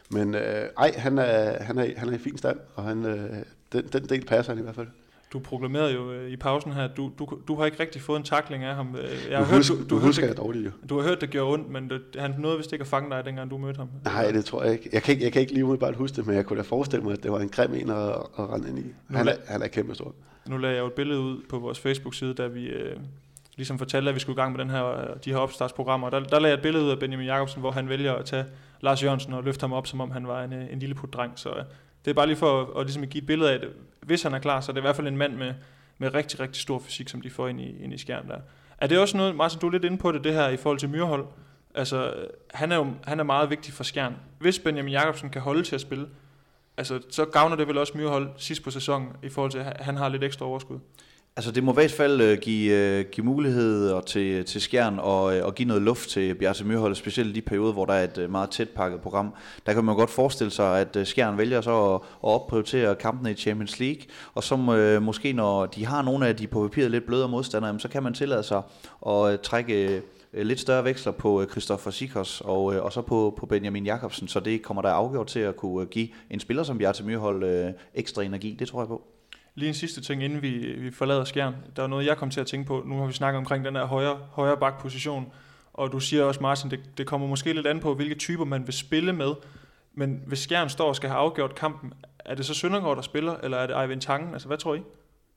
Men øh, ej, han er, han, er, han er i fin stand, og han, øh, den, den del passer han i hvert fald. Du proklamerede jo øh, i pausen her, at du, du, du har ikke rigtig fået en tackling af ham. Jeg har du, hørt, husker, du, du, du, husker hørte, jeg dårligt jo. Du har hørt, det gjorde ondt, men det, han nåede vist ikke at fange dig, dengang du mødte ham. Nej, det tror jeg ikke. Jeg kan ikke, jeg kan ikke lige umiddelbart huske det, men jeg kunne da forestille mig, at det var en grim en at, at rende ind i. Han er, han er kæmpe stor. Nu lagde jeg jo et billede ud på vores Facebook-side, da vi øh, ligesom fortalte, at vi skulle i gang med den her, de her opstartsprogrammer. Der, der lagde jeg et billede ud af Benjamin Jacobsen, hvor han vælger at tage Lars Jørgensen og løfte ham op, som om han var en, en lille put-dreng. Så øh, det er bare lige for at, at, ligesom at give et billede af, at hvis han er klar, så er det i hvert fald en mand med, med rigtig, rigtig stor fysik, som de får ind i, ind i skærmen der. Er det også noget, Martin, du er lidt inde på det, det her i forhold til Myrhold? Altså, han er jo han er meget vigtig for Skjern. Hvis Benjamin Jacobsen kan holde til at spille, altså, så gavner det vel også Myrhold sidst på sæsonen, i forhold til, at han har lidt ekstra overskud. Altså det må i hvert fald give, give muligheder til, til Skjern og, og give noget luft til Bjarte Myrhold, specielt i de perioder, hvor der er et meget tæt pakket program. Der kan man godt forestille sig, at Skjern vælger så at, at opprioritere kampene i Champions League, og så øh, måske når de har nogle af de på papiret lidt blødere modstandere, så kan man tillade sig at trække lidt større veksler på Christoffer Sikos og, og så på, på Benjamin Jacobsen, så det kommer der afgjort til at kunne give en spiller som Bjarte Myrhold øh, ekstra energi, det tror jeg på. Lige en sidste ting, inden vi, vi forlader Skjern. Der er noget, jeg kom til at tænke på. Nu har vi snakket omkring den her højre, højre bakposition, og du siger også, Martin, det, det kommer måske lidt an på, hvilke typer man vil spille med. Men hvis Skjern står og skal have afgjort kampen, er det så Søndergaard, der spiller, eller er det Eivind Tangen? Altså, hvad tror I?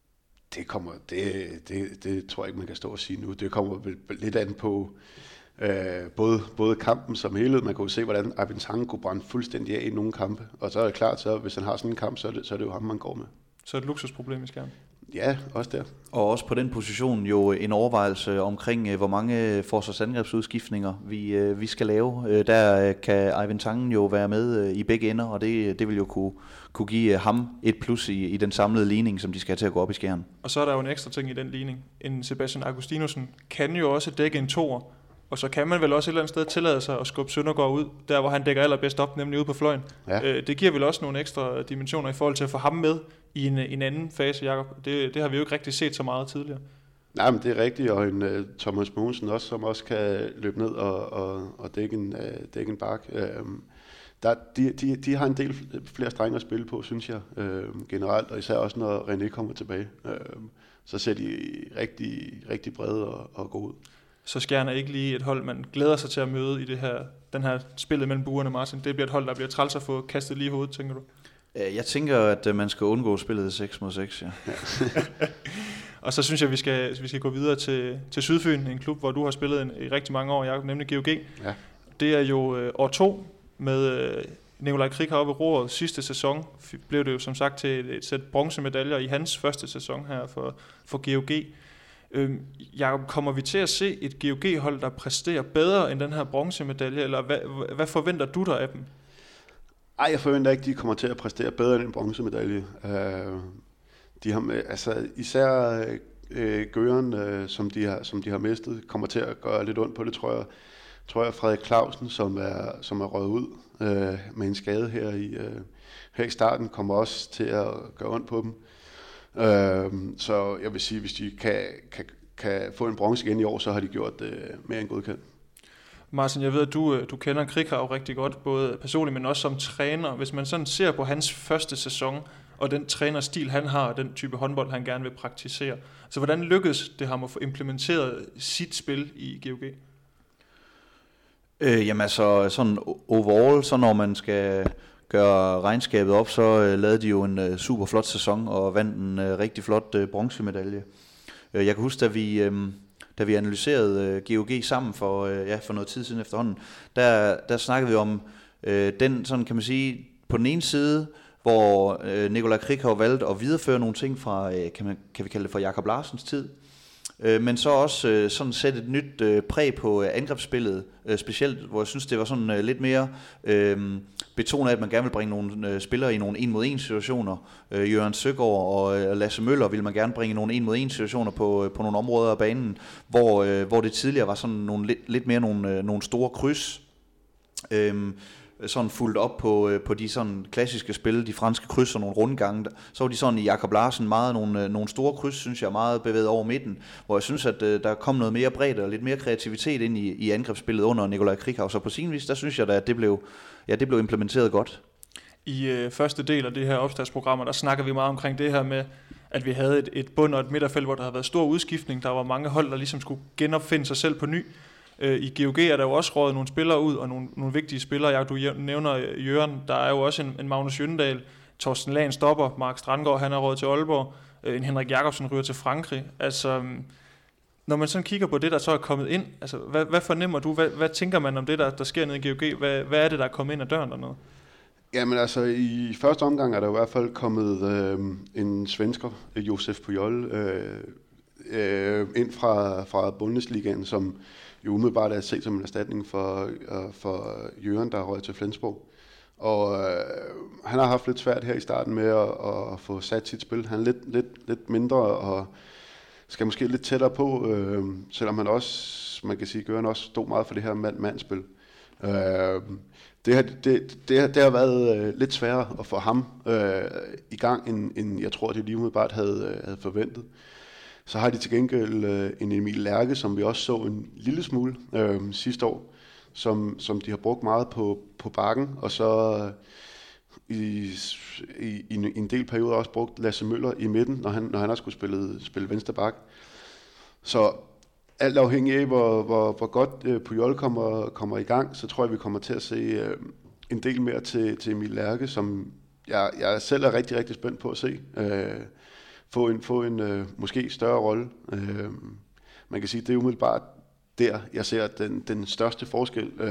Det kommer, det, det, det tror jeg ikke, man kan stå og sige nu. Det kommer lidt an på øh, både, både kampen som helhed. Man kan jo se, hvordan Eivind Tangen kunne brænde fuldstændig af i nogle kampe. Og så er det klart, så hvis han har sådan en kamp, så er det, så er det jo ham, man går med. Så et luksusproblem i Skjern. Ja, også der. Og også på den position jo en overvejelse omkring, hvor mange forsvarsangrebsudskiftninger vi, vi skal lave. Der kan Eivind Tangen jo være med i begge ender, og det, det vil jo kunne, kunne give ham et plus i, i den samlede ligning, som de skal have til at gå op i Skjern. Og så er der jo en ekstra ting i den ligning. En Sebastian Augustinussen kan jo også dække en toer, og så kan man vel også et eller andet sted tillade sig at skubbe Søndergaard ud, der hvor han dækker allerbedst op, nemlig ude på fløjen. Ja. Det giver vel også nogle ekstra dimensioner i forhold til at få ham med i en, en anden fase, Jakob. Det, det har vi jo ikke rigtig set så meget tidligere. Nej, men det er rigtigt, og en uh, Thomas Mogensen også, som også kan løbe ned og, og, og dække, en, uh, dække en bak. Um, der, de, de, de har en del flere strenge at spille på, synes jeg, uh, generelt, og især også når René kommer tilbage. Uh, så ser de rigtig, rigtig brede og, og gode ud. Så Skjern er ikke lige et hold, man glæder sig til at møde i det her, den her spillet mellem buerne, Martin. Det bliver et hold, der bliver træls at få kastet lige i hovedet, tænker du? Jeg tænker, at man skal undgå spillet seks mod seks, ja. Og så synes jeg, vi skal, vi skal gå videre til, til Sydfyn, en klub, hvor du har spillet en, i rigtig mange år, Jacob, nemlig G O G. Ja. Det er jo øh, år to med øh, Nikolaj Krieg heroppe i roret. Sidste sæson blev det jo som sagt til et, et sæt bronzemedaljer i hans første sæson her for, for G O G. Øhm, Jacob, kommer vi til at se et G O G-hold, der præsterer bedre end den her bronzemedalje, eller hvad, hvad forventer du dig af dem? Ej, jeg forventer ikke, de kommer til at præstere bedre end en bronzemedalje. Uh, de har, altså, især uh, Gøren, uh, som, de har, som de har mistet, kommer til at gøre lidt ondt på det, tror jeg. Tror jeg, Frederik Clausen, som er, som er røget ud uh, med en skade her i, uh, her i starten, kommer også til at gøre ondt på dem. Uh, så jeg vil sige, hvis de kan, kan, kan få en bronze igen i år, så har de gjort det uh, mere end godkendt. Martin, jeg ved, at du, du kender Krikau rigtig godt, både personligt, men også som træner. Hvis man sådan ser på hans første sæson, og den trænerstil, han har, og den type håndbold, han gerne vil praktisere. Så hvordan lykkedes det ham at få implementeret sit spil i G O G? Øh, jamen altså, sådan overall, så når man skal gøre regnskabet op, så øh, lavede de jo en øh, super flot sæson, og vandt en øh, rigtig flot øh, bronzemedalje. Øh, jeg kan huske, da vi... Øh, Da vi analyserede G O G sammen for, øh, ja, for noget tid siden efterhånden, der, der snakkede vi om øh, den, sådan kan man sige, på den ene side, hvor øh, Nikolaj Krieg valgte at videreføre nogle ting fra, øh, kan, man, kan vi kalde det for Jakob Larsens tid, øh, men så også øh, sådan sætte et nyt øh, præg på øh, angrebsspillet, øh, specielt, hvor jeg synes, det var sådan øh, lidt mere øh, betonet, at man gerne vil bringe nogle øh, spillere i nogle en-mod-en situationer. Øh, Jørgen Søgaard og øh, Lasse Møller vil man gerne bringe nogle en-mod-en situationer på, øh, på nogle områder af banen, hvor, øh, hvor det tidligere var sådan nogle lidt, lidt mere nogle, øh, nogle store kryds. Øh, sådan fulgt op på, på de sådan klassiske spil, de franske kryds og nogle rundgange. Så var de sådan i Jakob Larsen meget nogle, nogle store kryds, synes jeg, meget bevæget over midten, hvor jeg synes, at der kom noget mere bredde og lidt mere kreativitet ind i, i angrebsspillet under Nikolaj Krikau. Så på sin vis, der synes jeg da, at det blev, ja, det blev implementeret godt. I øh, første del af det her opstartsprogrammer, der snakker vi meget omkring det her med, at vi havde et, et bund og et midterfelt, hvor der havde været stor udskiftning. Der var mange hold, der ligesom skulle genopfinde sig selv på ny. Øh, I G O G er der jo også rådet nogle spillere ud, og nogle, nogle vigtige spillere. Jeg, du nævner Jørgen, der er jo også en, en Magnus Jøndal, Torsten Lahn stopper, Mark Strandgaard, han er rådet til Aalborg, øh, en Henrik Jacobsen ryger til Frankrig. Altså, når man sådan kigger på det, der så er kommet ind, altså, hvad, hvad fornemmer du? Hvad, hvad tænker man om det, der, der sker nede i G O G? Hvad, hvad er det, der er kommet ind ad døren dernede? Jamen altså, i første omgang er der i hvert fald kommet øh, en svensker, Josef Pujol, øh, øh, ind fra, fra Bundesligaen, som jo umiddelbart er set som en erstatning for, øh, for Jørgen, der er røget til Flensborg. Og øh, han har haft lidt svært her i starten med at, at få sat sit spil. Han er lidt, lidt, lidt mindre og skal måske lidt tættere på, øh, selvom han også, man kan sige, Jørgen også stod meget for det her mand-mand-spil. Øh, Det har, det, det, har, det har været øh, lidt sværere at få ham øh, i gang, end, end jeg tror, det lige umiddelbart havde, øh, havde forventet. Så har de til gengæld øh, en Emil Lærke, som vi også så en lille smule øh, sidste år, som, som de har brugt meget på, på bakken, og så øh, i, i, i en del perioder også brugt Lasse Møller i midten, når han, når han har skulle spille, spille venstre bak. Så alt afhængig af, hvor, hvor, hvor godt øh, Pujol kommer, kommer i gang, så tror jeg, vi kommer til at se øh, en del mere til, til Emil Lærke, som jeg, jeg selv er rigtig, rigtig spændt på at se. Øh, få en, få en øh, måske større rolle. Øh, man kan sige, det er umiddelbart der, jeg ser den, den største forskel. Øh,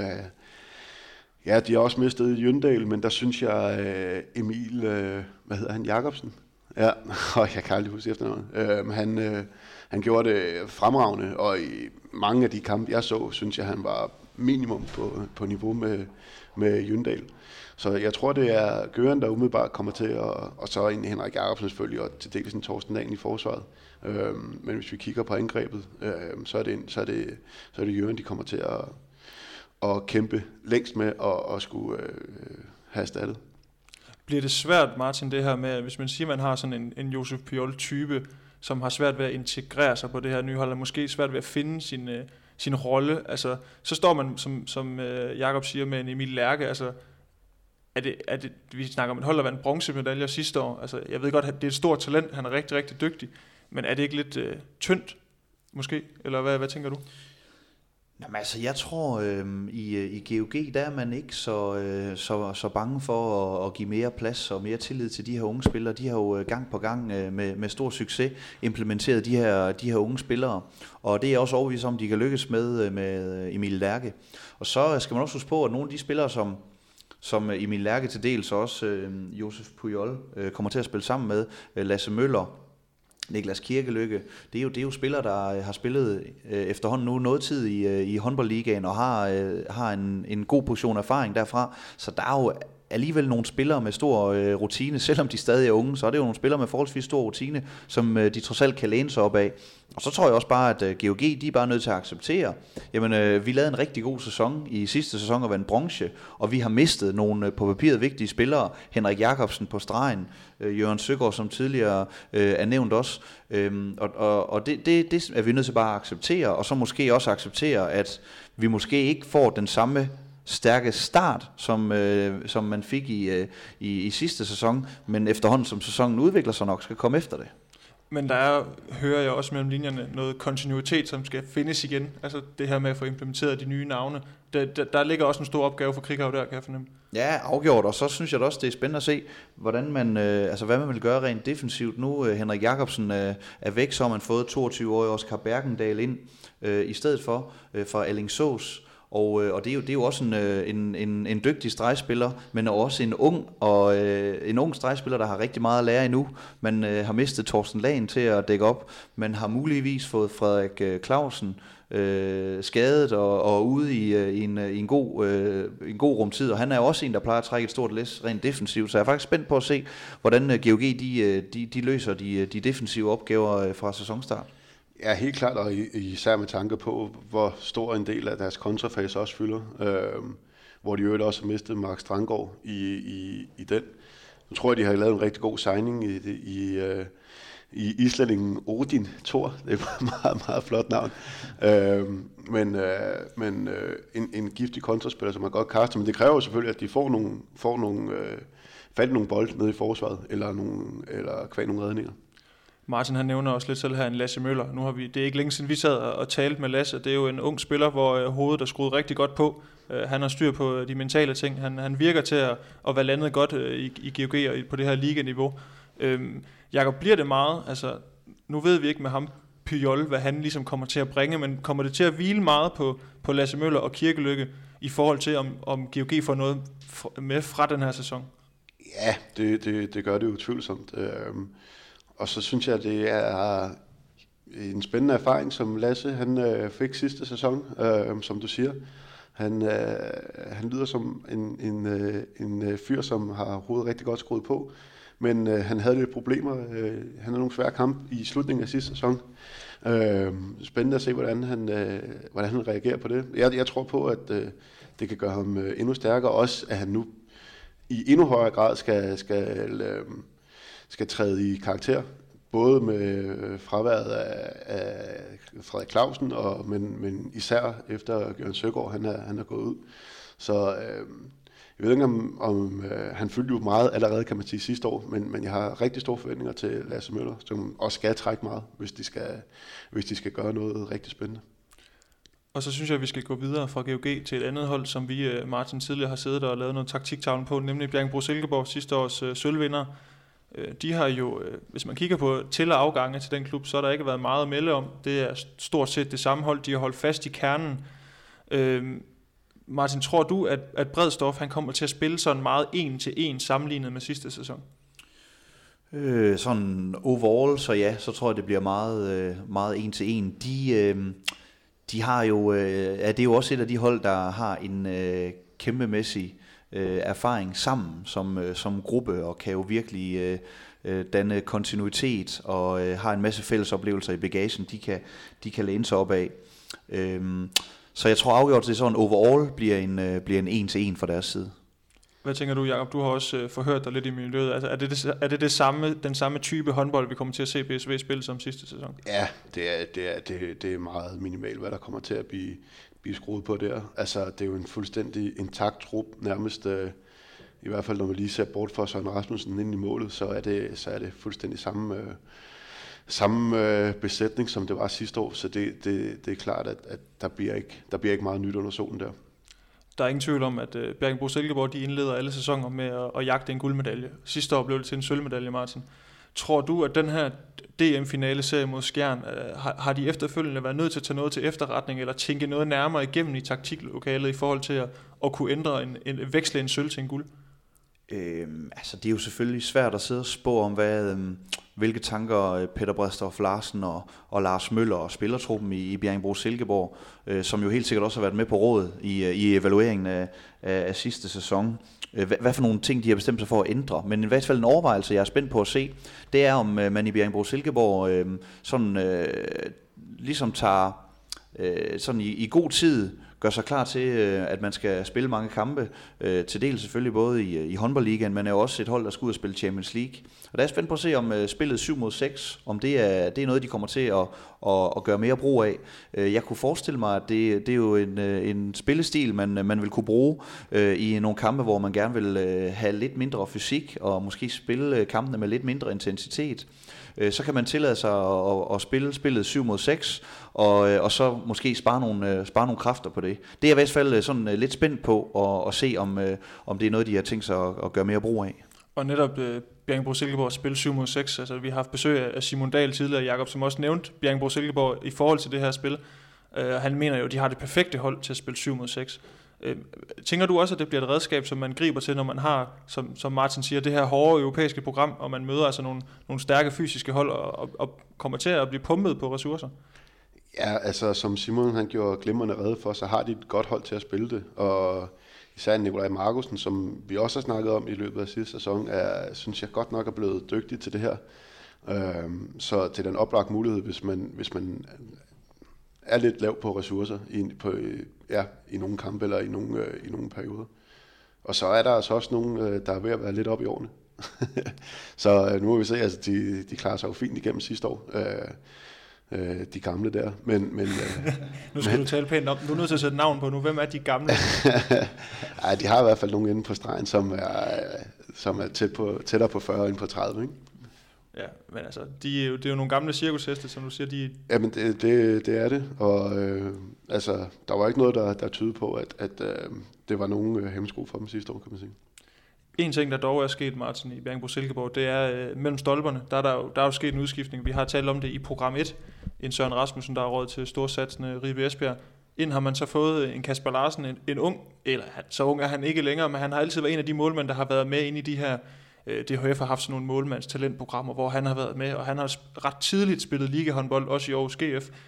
ja, de har også mistet Jøndal, men der synes jeg, øh, Emil, øh, hvad hedder han, Jacobsen? Ja, og jeg kan aldrig huske efternavnet. Øh, han... Øh, Han gjorde det fremragende, og i mange af de kampe, jeg så, synes jeg, han var minimum på, på niveau med, med Jøndal. Så jeg tror, det er Gøren, der umiddelbart kommer til, at, og så en Henrik Jacobsen selvfølgelig, og til dels en Torsten Lahn i forsvaret. Øhm, men hvis vi kigger på angrebet, øhm, så, er det, så, er det, så er det Jørgen, de kommer til at, at kæmpe længst med og, og skulle øh, have erstattet. Bliver det svært, Martin, det her med, hvis man siger, at man har sådan en, en Josef Pujol-type, som har svært ved at integrere sig på det her nye hold, og måske svært ved at finde sin, øh, sin rolle. Altså, så står man, som, som øh, Jakob siger, med en Emil Lærke. Altså, er det, er det, vi snakker om et hold, der vandt bronzemedaljer sidste år. Altså, jeg ved godt, at det er et stort talent, han er rigtig, rigtig dygtig. Men er det ikke lidt øh, tyndt, måske? Eller hvad, hvad tænker du? Jamen altså, jeg tror, øh, i, i G O G, der er man ikke så, øh, så, så bange for at, at give mere plads og mere tillid til de her unge spillere. De har jo gang på gang øh, med, med stor succes implementeret de her, de her unge spillere. Og det er også overbevist om, de kan lykkes med, med Emil Lærke. Og så skal man også huske på, at nogle af de spillere, som, som Emil Lærke til dels også øh, Josef Pujol øh, kommer til at spille sammen med, øh, Lasse Møller, Niklas Kirkelykke, det er jo, det er jo spillere, der har spillet øh, efterhånden nu noget tid i, øh, i håndboldligaen og har, øh, har en, en god portion erfaring derfra. Så der er jo alligevel nogle spillere med stor øh, rutine, selvom de stadig er unge, så er det jo nogle spillere med forholdsvis stor rutine, som øh, de trods alt kan læne sig op af. Og så tror jeg også bare, at øh, G O G, de er bare nødt til at acceptere, jamen øh, vi lavede en rigtig god sæson i sidste sæson og vandt bronze, og vi har mistet nogle øh, på papiret vigtige spillere, Henrik Jacobsen på stregen, øh, Jørgen Søgaard, som tidligere øh, er nævnt også, øhm, og, og, og det, det, det er vi nødt til bare at acceptere, og så måske også acceptere, at vi måske ikke får den samme stærke start, som, øh, som man fik i, øh, i, i sidste sæson, men efterhånden som sæsonen udvikler sig nok, skal komme efter det. Men der er, hører jeg også mellem linjerne, noget kontinuitet, som skal findes igen. Altså det her med at få implementeret de nye navne. Der, der, der ligger også en stor opgave for Krikau der, kan jeg fornemme. Ja, afgjort, og så synes jeg også, det er spændende at se, hvordan man, øh, altså, hvad man vil gøre rent defensivt. Nu øh, Henrik Jacobsen øh, er væk, så har man fået toogtyve-årige Oscar Bergendal ind øh, i stedet for, øh, fra Alingsås. Og, og det, er jo, det er jo også en, en, en, en dygtig stregspiller, men også en ung og øh, en ung stregspiller, der har rigtig meget at lære endnu. Man øh, har mistet Torsten Lahn til at dække op. Man har muligvis fået Frederik øh, Clausen øh, skadet og, og ude i, øh, i, en, i en, god, øh, en god rumtid. Og han er jo også en, der plejer at trække et stort læs rent defensivt. Så jeg er faktisk spændt på at se, hvordan G O G de, de, de løser de, de defensive opgaver fra sæsonstart. Ja, helt klart, og især med tanke på, hvor stor en del af deres kontrafase også fylder. Øh, hvor de jo også har mistet Mark Strandgaard i, i, i den. Nu tror jeg, de har lavet en rigtig god signing i, i, i, i islændingen Odin Thor. Det er et meget, meget flot navn. Øh, men øh, men øh, en, en giftig kontraspiller, som er godt kastet, men det kræver jo selvfølgelig, at de får nogle, får nogle øh, fat i nogle bold nede i forsvaret, eller, nogle, eller kvæg nogle redninger. Martin han nævner også lidt selv her en Lasse Møller. Nu har vi, det er ikke længe siden vi sad og talte med Lasse. Det er jo en ung spiller, hvor øh, hovedet er skruet rigtig godt på. Uh, han har styr på de mentale ting. Han, han virker til at, at være landet godt uh, i, i G O G og på det her liganiveau. Uh, Jakob, bliver det meget? Altså, nu ved vi ikke med ham, Pyol, hvad han ligesom kommer til at bringe, men kommer det til at hvile meget på, på Lasse Møller og Kirkelykke i forhold til, om, om G O G får noget med fra den her sæson? Ja, det, det, det gør det utvivlsomt. Øhm, og så synes jeg, det er en spændende erfaring, som Lasse han, øh, fik sidste sæson, øh, som du siger. Han, øh, han lyder som en, en, øh, en øh, fyr, som har hovedet rigtig godt skruet på, men øh, han havde lidt problemer. Øh, han havde nogle svære kampe i slutningen af sidste sæson. Øh, spændende at se, hvordan han, øh, hvordan han reagerer på det. Jeg, jeg tror på, at øh, det kan gøre ham øh, endnu stærkere, også at han nu i endnu højere grad skal, skal, øh, skal træde i karakter. Både med fraværet af, af Frederik Clausen, og, men, men især efter Jørgen Søgaard, han er, han er gået ud. Så øh, jeg ved ikke, om, om øh, han fyldte jo meget allerede, kan man sige, sidste år, men, men jeg har rigtig store forventninger til Lasse Møller, som også skal trække meget, hvis de skal, hvis de skal gøre noget rigtig spændende. Og så synes jeg, at vi skal gå videre fra G O G til et andet hold, som vi, Martin, tidligere har siddet og lavet noget taktiktavlen på, nemlig Bjerringbro-Silkeborg, sidste års øh, sølvvinder. De har jo, hvis man kigger på til- og afgange til den klub, så har der ikke været meget at melde om. Det er stort set det samme hold, de har holdt fast i kernen. Øhm, Martin, tror du, at, at Bredsdorf han kommer til at spille sådan meget en til en sammenlignet med sidste sæson? Øh, sådan overall, så ja, så tror jeg, det bliver meget, meget en til en. De, øh, de har jo, øh, ja, det er jo også et af de hold, der har en øh, kæmpemæssig Øh, erfaring sammen som, øh, som gruppe, og kan jo virkelig øh, danne kontinuitet, og øh, har en masse fælles oplevelser i bagagen, de kan, de kan læne sig op af. Øhm, så jeg tror afgjort, at det sådan overall bliver en, øh, bliver en en til en fra deres side. Hvad tænker du, Jakob? Du har også øh, forhørt dig lidt i miljøet. Altså, er det, det, er det, det samme, den samme type håndbold, vi kommer til at se B S V spille som sidste sæson? Ja, det er, det er, det, det er meget minimalt, hvad der kommer til at blive blive skruet på der. Altså, det er jo en fuldstændig intakt trup, nærmest, øh, i hvert fald når man lige ser bort fra Søren Rasmussen ind i målet, så er det, så er det fuldstændig samme, øh, samme øh, besætning, som det var sidste år, så det, det, det er klart, at, at der, bliver ikke, der bliver ikke meget nyt under solen der. Der er ingen tvivl om, at øh, Bjerringbro-Silkeborg, de indleder alle sæsoner med at, at jagte en guldmedalje. Sidste år blev det til en sølvmedalje, Martin. Tror du, at den her D M-finale-serie mod Skjern, øh, har, har de efterfølgende været nødt til at tage noget til efterretning, eller tænke noget nærmere igennem i taktiklokalet i forhold til at, at kunne ændre en, en veksle en sølv til en guld? Øhm, altså det er jo selvfølgelig svært at sidde og spå om, hvad, øhm, hvilke tanker Peter Bredsdorf Larsen og, og Lars Møller og spillertruppen i, i Bjerringbro-Silkeborg, øh, som jo helt sikkert også har været med på rådet i, i evalueringen af, af, af sidste sæson. Hvad, hvad for nogle ting, de har bestemt sig for at ændre. Men i hvert fald en overvejelse, jeg er spændt på at se, det er, om man i Bjerringbro-Silkeborg øh, sådan, øh, ligesom tager øh, sådan i, i god tid, gør sig klar til, øh, at man skal spille mange kampe, øh, til del selvfølgelig både i, i håndboldligaen, men er jo også et hold, der skal ud og spille Champions League. Og der er spændt på at se, om øh, spillet syv mod seks, om det er, det er noget, de kommer til at, at, at gøre mere brug af. Jeg kunne forestille mig, at det, det er jo en, en spillestil, man, man vil kunne bruge øh, i nogle kampe, hvor man gerne vil øh, have lidt mindre fysik, og måske spille kampene med lidt mindre intensitet. Så kan man tillade sig at, at spille spillet syv mod seks, og, og så måske spare nogle, spare nogle kræfter på det. Det er jeg i hvert fald sådan lidt spændt på at, at se, om, om det er noget, de har tænkt sig at, at gøre mere brug af. Og netop uh, Bjerringbro-Silkeborg spil syv mod seks, altså vi har haft besøg af Simon Dahl tidligere, Jakob, som også nævnte Bjerringbro-Silkeborg i forhold til det her spil. Uh, han mener jo, at de har det perfekte hold til at spille syv mod seks. Uh, tænker du også, at det bliver et redskab, som man griber til, når man har, som, som Martin siger, det her hårde europæiske program, og man møder altså nogle, nogle stærke fysiske hold, og, og, og kommer til at blive pumpet på ressourcer? Ja, altså som Simon han gjorde glimrende rede for, så har de et godt hold til at spille det, og især Nikolaj Markusen, som vi også har snakket om i løbet af sidste sæson, er, synes jeg godt nok er blevet dygtig til det her. Øhm, så det er en oplagt mulighed, hvis man, hvis man er lidt lav på ressourcer i, på, ja, i nogle kampe eller i nogle, øh, i nogle perioder. Og så er der altså også nogen, øh, der er ved at være lidt op i årene. Så øh, nu må vi se, altså de, de klarer sig jo fint igennem sidste år, øh, øh, de gamle der. Men, men, øh, nu skal men, du tale pænt om, du er nødt til at sætte navn på nu. Hvem er de gamle? Ej, de har i hvert fald nogen inde på stregen, som er, som er tæt på, tættere på fyrre end på tredive, ikke? Ja, men altså, de er jo, det er jo nogle gamle cirkusheste, som du siger, de... Jamen, det, det, det er det, og øh, altså, der var ikke noget, der, der tyder på, at, at øh, det var nogen øh, hemmesko for dem sidste år, kan man sige. En ting, der dog er sket, Martin, i Bjerringbro-Silkeborg, det er øh, mellem stolperne, der er der, jo, der er jo sket en udskiftning. Vi har talt om det i program et. En Søren Rasmussen, der er råd til storsatsende Ribe Esbjerg. Ind har man så fået en Kasper Larsen, en, en ung, eller så ung er han ikke længere, men han har altid været en af de målmænd, der har været med ind i de her... D H F har haft sådan nogle målmandstalentprogrammer, hvor han har været med, og han har ret tidligt spillet ligahåndbold, også i Aarhus G F.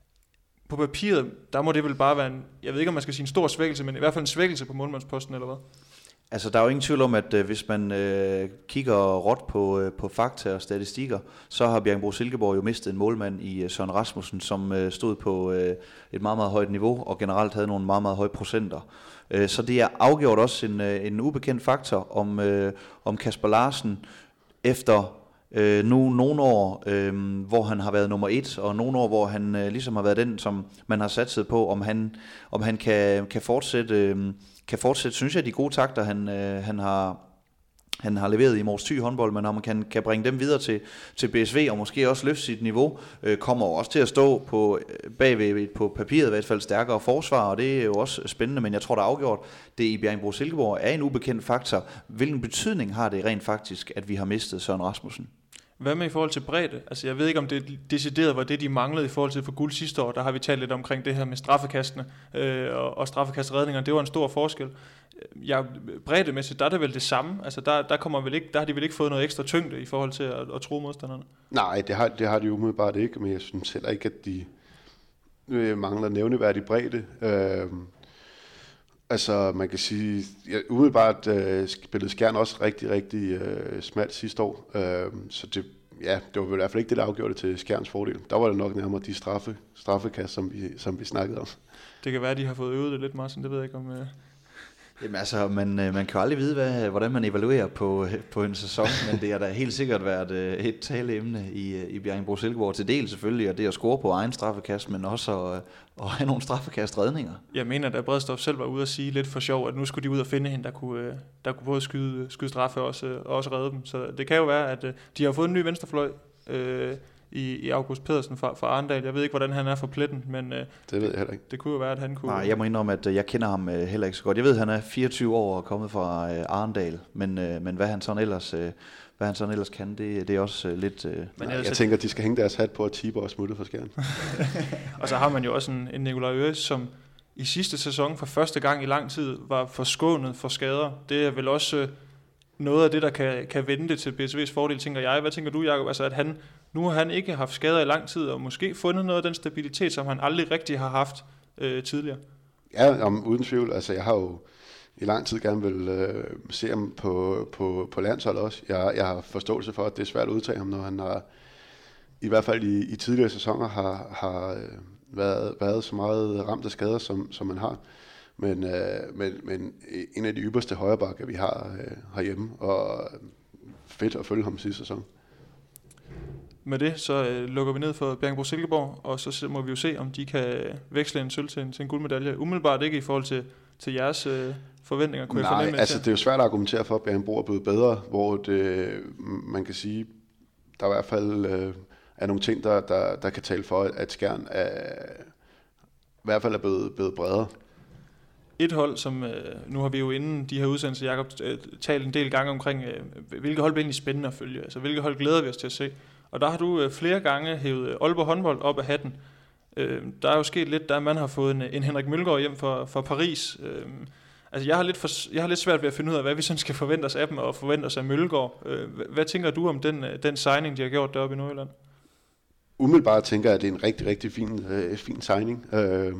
På papiret, der må det vel bare være en, jeg ved ikke, om man skal sige en stor svækkelse, men i hvert fald en svækkelse på målmandsposten, eller hvad? Altså, der er jo ingen tvivl om, at øh, hvis man øh, kigger råt på, øh, på fakta og statistikker, så har Bjerringbro-Silkeborg jo mistet en målmand i øh, Søren Rasmussen, som øh, stod på øh, et meget, meget højt niveau, og generelt havde nogle meget, meget høje procenter. Øh, så det er afgjort også en, øh, en ubekendt faktor, om, øh, om Kasper Larsen efter øh, nu nogle år, øh, hvor han har været nummer et, og nogle år, hvor han øh, ligesom har været den, som man har satset på, om han, om han kan, kan fortsætte... Øh, kan fortsætte, synes jeg, de gode takter, han, øh, han, har, han har leveret i Mors Thy håndbold, men om man kan, kan bringe dem videre til, til B S V, og måske også løfte sit niveau, øh, kommer også til at stå på, bagved på papiret i hvert fald stærkere forsvar, og det er jo også spændende, men jeg tror, der er afgjort, det i Bjerringbro-Silkeborg er en ubekendt faktor. Hvilken betydning har det rent faktisk, at vi har mistet Søren Rasmussen? Hvad med i forhold til bredde? Altså jeg ved ikke, om det decideret var det, de manglede i forhold til for guld sidste år. Der har vi talt lidt omkring det her med straffekastene øh, og, og straffekastredninger. Det var en stor forskel. Ja, breddemæssigt, der er det vel det samme. Altså der, der, kommer vel ikke, der har de vel ikke fået noget ekstra tyngde i forhold til at, at tro modstanderne? Nej, det har, det har de jo umiddelbart ikke, men jeg synes heller ikke, at de øh, mangler nævneværdig bredde. Øh, Altså, man kan sige, ja, umiddelbart øh, spillede Skjern også rigtig, rigtig øh, smalt sidste år. Øh, så det, ja, det var i hvert fald ikke det, der afgjorde det til Skjerns fordel. Der var det nok nærmere de straffe, straffekast, som vi, som vi snakkede om. Det kan være, at de har fået øvet det lidt, Martin. Det ved jeg ikke om... Øh... Jamen altså, man, man kan jo aldrig vide, hvad, hvordan man evaluerer på, på en sæson, men det har da helt sikkert været et taleemne i, i Bjerringbro-Silkeborg til del selvfølgelig, og det at score på egen straffekast, men også at, at have nogle straffekastredninger. Jeg mener, at Bredstof selv var ude at sige lidt for sjov, at nu skulle de ud og finde hende, der kunne, der kunne både skyde, skyde straffe og også, og også redde dem. Så det kan jo være, at de har fået en ny venstrefløj, øh, i, i August Pedersen fra, fra Arendal. Jeg ved ikke, hvordan han er for pletten, men øh, det ved jeg heller ikke. Det kunne jo være, at han kunne... Nej, jeg må indrømme, at jeg kender ham øh, heller ikke så godt. Jeg ved, at han er fireogtyve år og kommet fra øh, Arendal, men, øh, men hvad han sådan ellers... Øh, hvad han sådan ellers kan, det, det er også øh, lidt... Øh... Men Nej, jeg tænker, at de skal hænge deres hat på at Tiber og smutte for Skjern. Og så har man jo også en, en Nikolaj Øres, som i sidste sæson for første gang i lang tid var forskånet for skader. Det er vel også øh, noget af det, der kan, kan vende det til B S V's fordel, tænker jeg. Hvad tænker du, Jacob? Altså, at han, nu har han ikke haft skader i lang tid, og måske fundet noget af den stabilitet, som han aldrig rigtig har haft øh, tidligere. Ja, om, uden tvivl. Altså, jeg har jo i lang tid gerne vil øh, se ham på, på, på landsholdet også. Jeg, jeg har forståelse for, at det er svært at udtage ham, når han har, i hvert fald i, i tidligere sæsoner, har, har været, været så meget ramt af skader, som, som man har. Men, øh, men, men en af de ypperste højrebakker, vi har øh, herhjemme, og fedt at følge ham sidste sæson. Med det, så øh, lukker vi ned for Bjerringbro-Silkeborg, og så må vi jo se, om de kan veksle en sølv til en, til en guldmedalje. Umiddelbart ikke i forhold til, til jeres øh, forventninger, kunne Nej, jeg fornemme. altså det er jo svært at argumentere for, at Bjerringbro er blevet bedre, hvor det, man kan sige, der i hvert fald øh, er nogle ting, der, der, der kan tale for, at Skjern er, i hvert fald er blevet, blevet bredere. Et hold, som øh, nu har vi jo inden de her udsendelser, Jacob, øh, talt en del gange omkring, øh, hvilke hold bliver egentlig spændende at følge, altså hvilke hold glæder vi os til at se. Og der har du øh, flere gange hævet Aalborg håndbold op af hatten. Øh, der er jo sket lidt, da man har fået en, en Henrik Mølgaard hjem fra, fra Paris. Øh, altså jeg har, lidt for, jeg har lidt svært ved at finde ud af, hvad vi sådan skal forvente os af dem, og forvente os af Mølgaard. Øh, hvad tænker du om den, den signing, de har gjort deroppe i Nordjylland? Umiddelbart tænker jeg, at det er en rigtig, rigtig fin, øh, fin signing. Øh,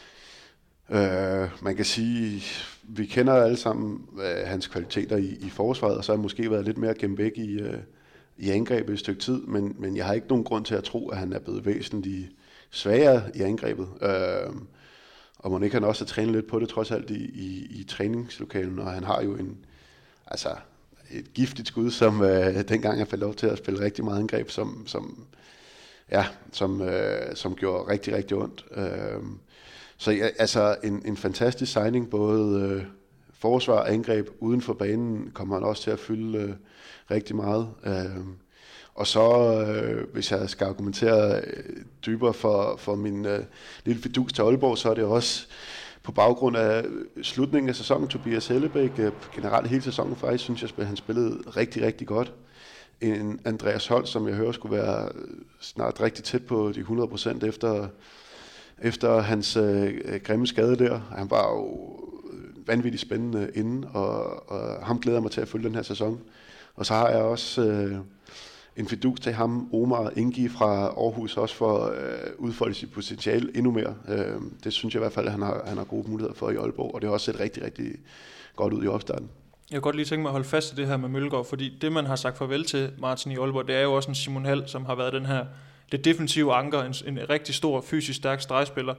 øh, man kan sige, vi kender alle sammen øh, hans kvaliteter i, i forsvaret, og så har måske været lidt mere gemt væk i... Øh, i angrebet et stykke tid, men, men jeg har ikke nogen grund til at tro, at han er blevet væsentligt svagere i angrebet. Øh, og man ikke han også har trænet lidt på det, trods alt i, i, i træningslokalen, og han har jo en, altså et giftigt skud, som øh, dengang jeg fik lov til at spille rigtig meget angreb, som, som, ja, som, øh, som gjorde rigtig, rigtig ondt. Øh, så ja, altså en, en fantastisk signing, både øh, forsvar og angreb. Uden for banen kommer han også til at fylde øh, rigtig meget. Øh, og så, øh, hvis jeg skal argumentere øh, dybere for, for min øh, lille fidus til Aalborg, så er det også på baggrund af slutningen af sæsonen, Tobias Hellebæk, øh, generelt hele sæsonen faktisk, synes jeg, at han spillede rigtig, rigtig godt. En Andreas Holt, som jeg hører skulle være snart rigtig tæt på de hundrede procent efter, efter hans øh, grimme skade der. Han var jo vanvittigt spændende inden, og, og ham glæder mig til at følge den her sæson. Og så har jeg også øh, en fidus til ham, Omar Ingi fra Aarhus, også for at øh, udfolde sit potentiale endnu mere. Øh, det synes jeg i hvert fald, at han har, han har gode muligheder for i Aalborg, og det har også set rigtig, rigtig godt ud i opstarten. Jeg kan godt lige tænke mig at holde fast i det her med Mølgaard, fordi det, man har sagt farvel til Martin i Aalborg, det er jo også en Simon Hall, som har været den her, det defensive anker, en, en rigtig stor, fysisk stærk stregspiller.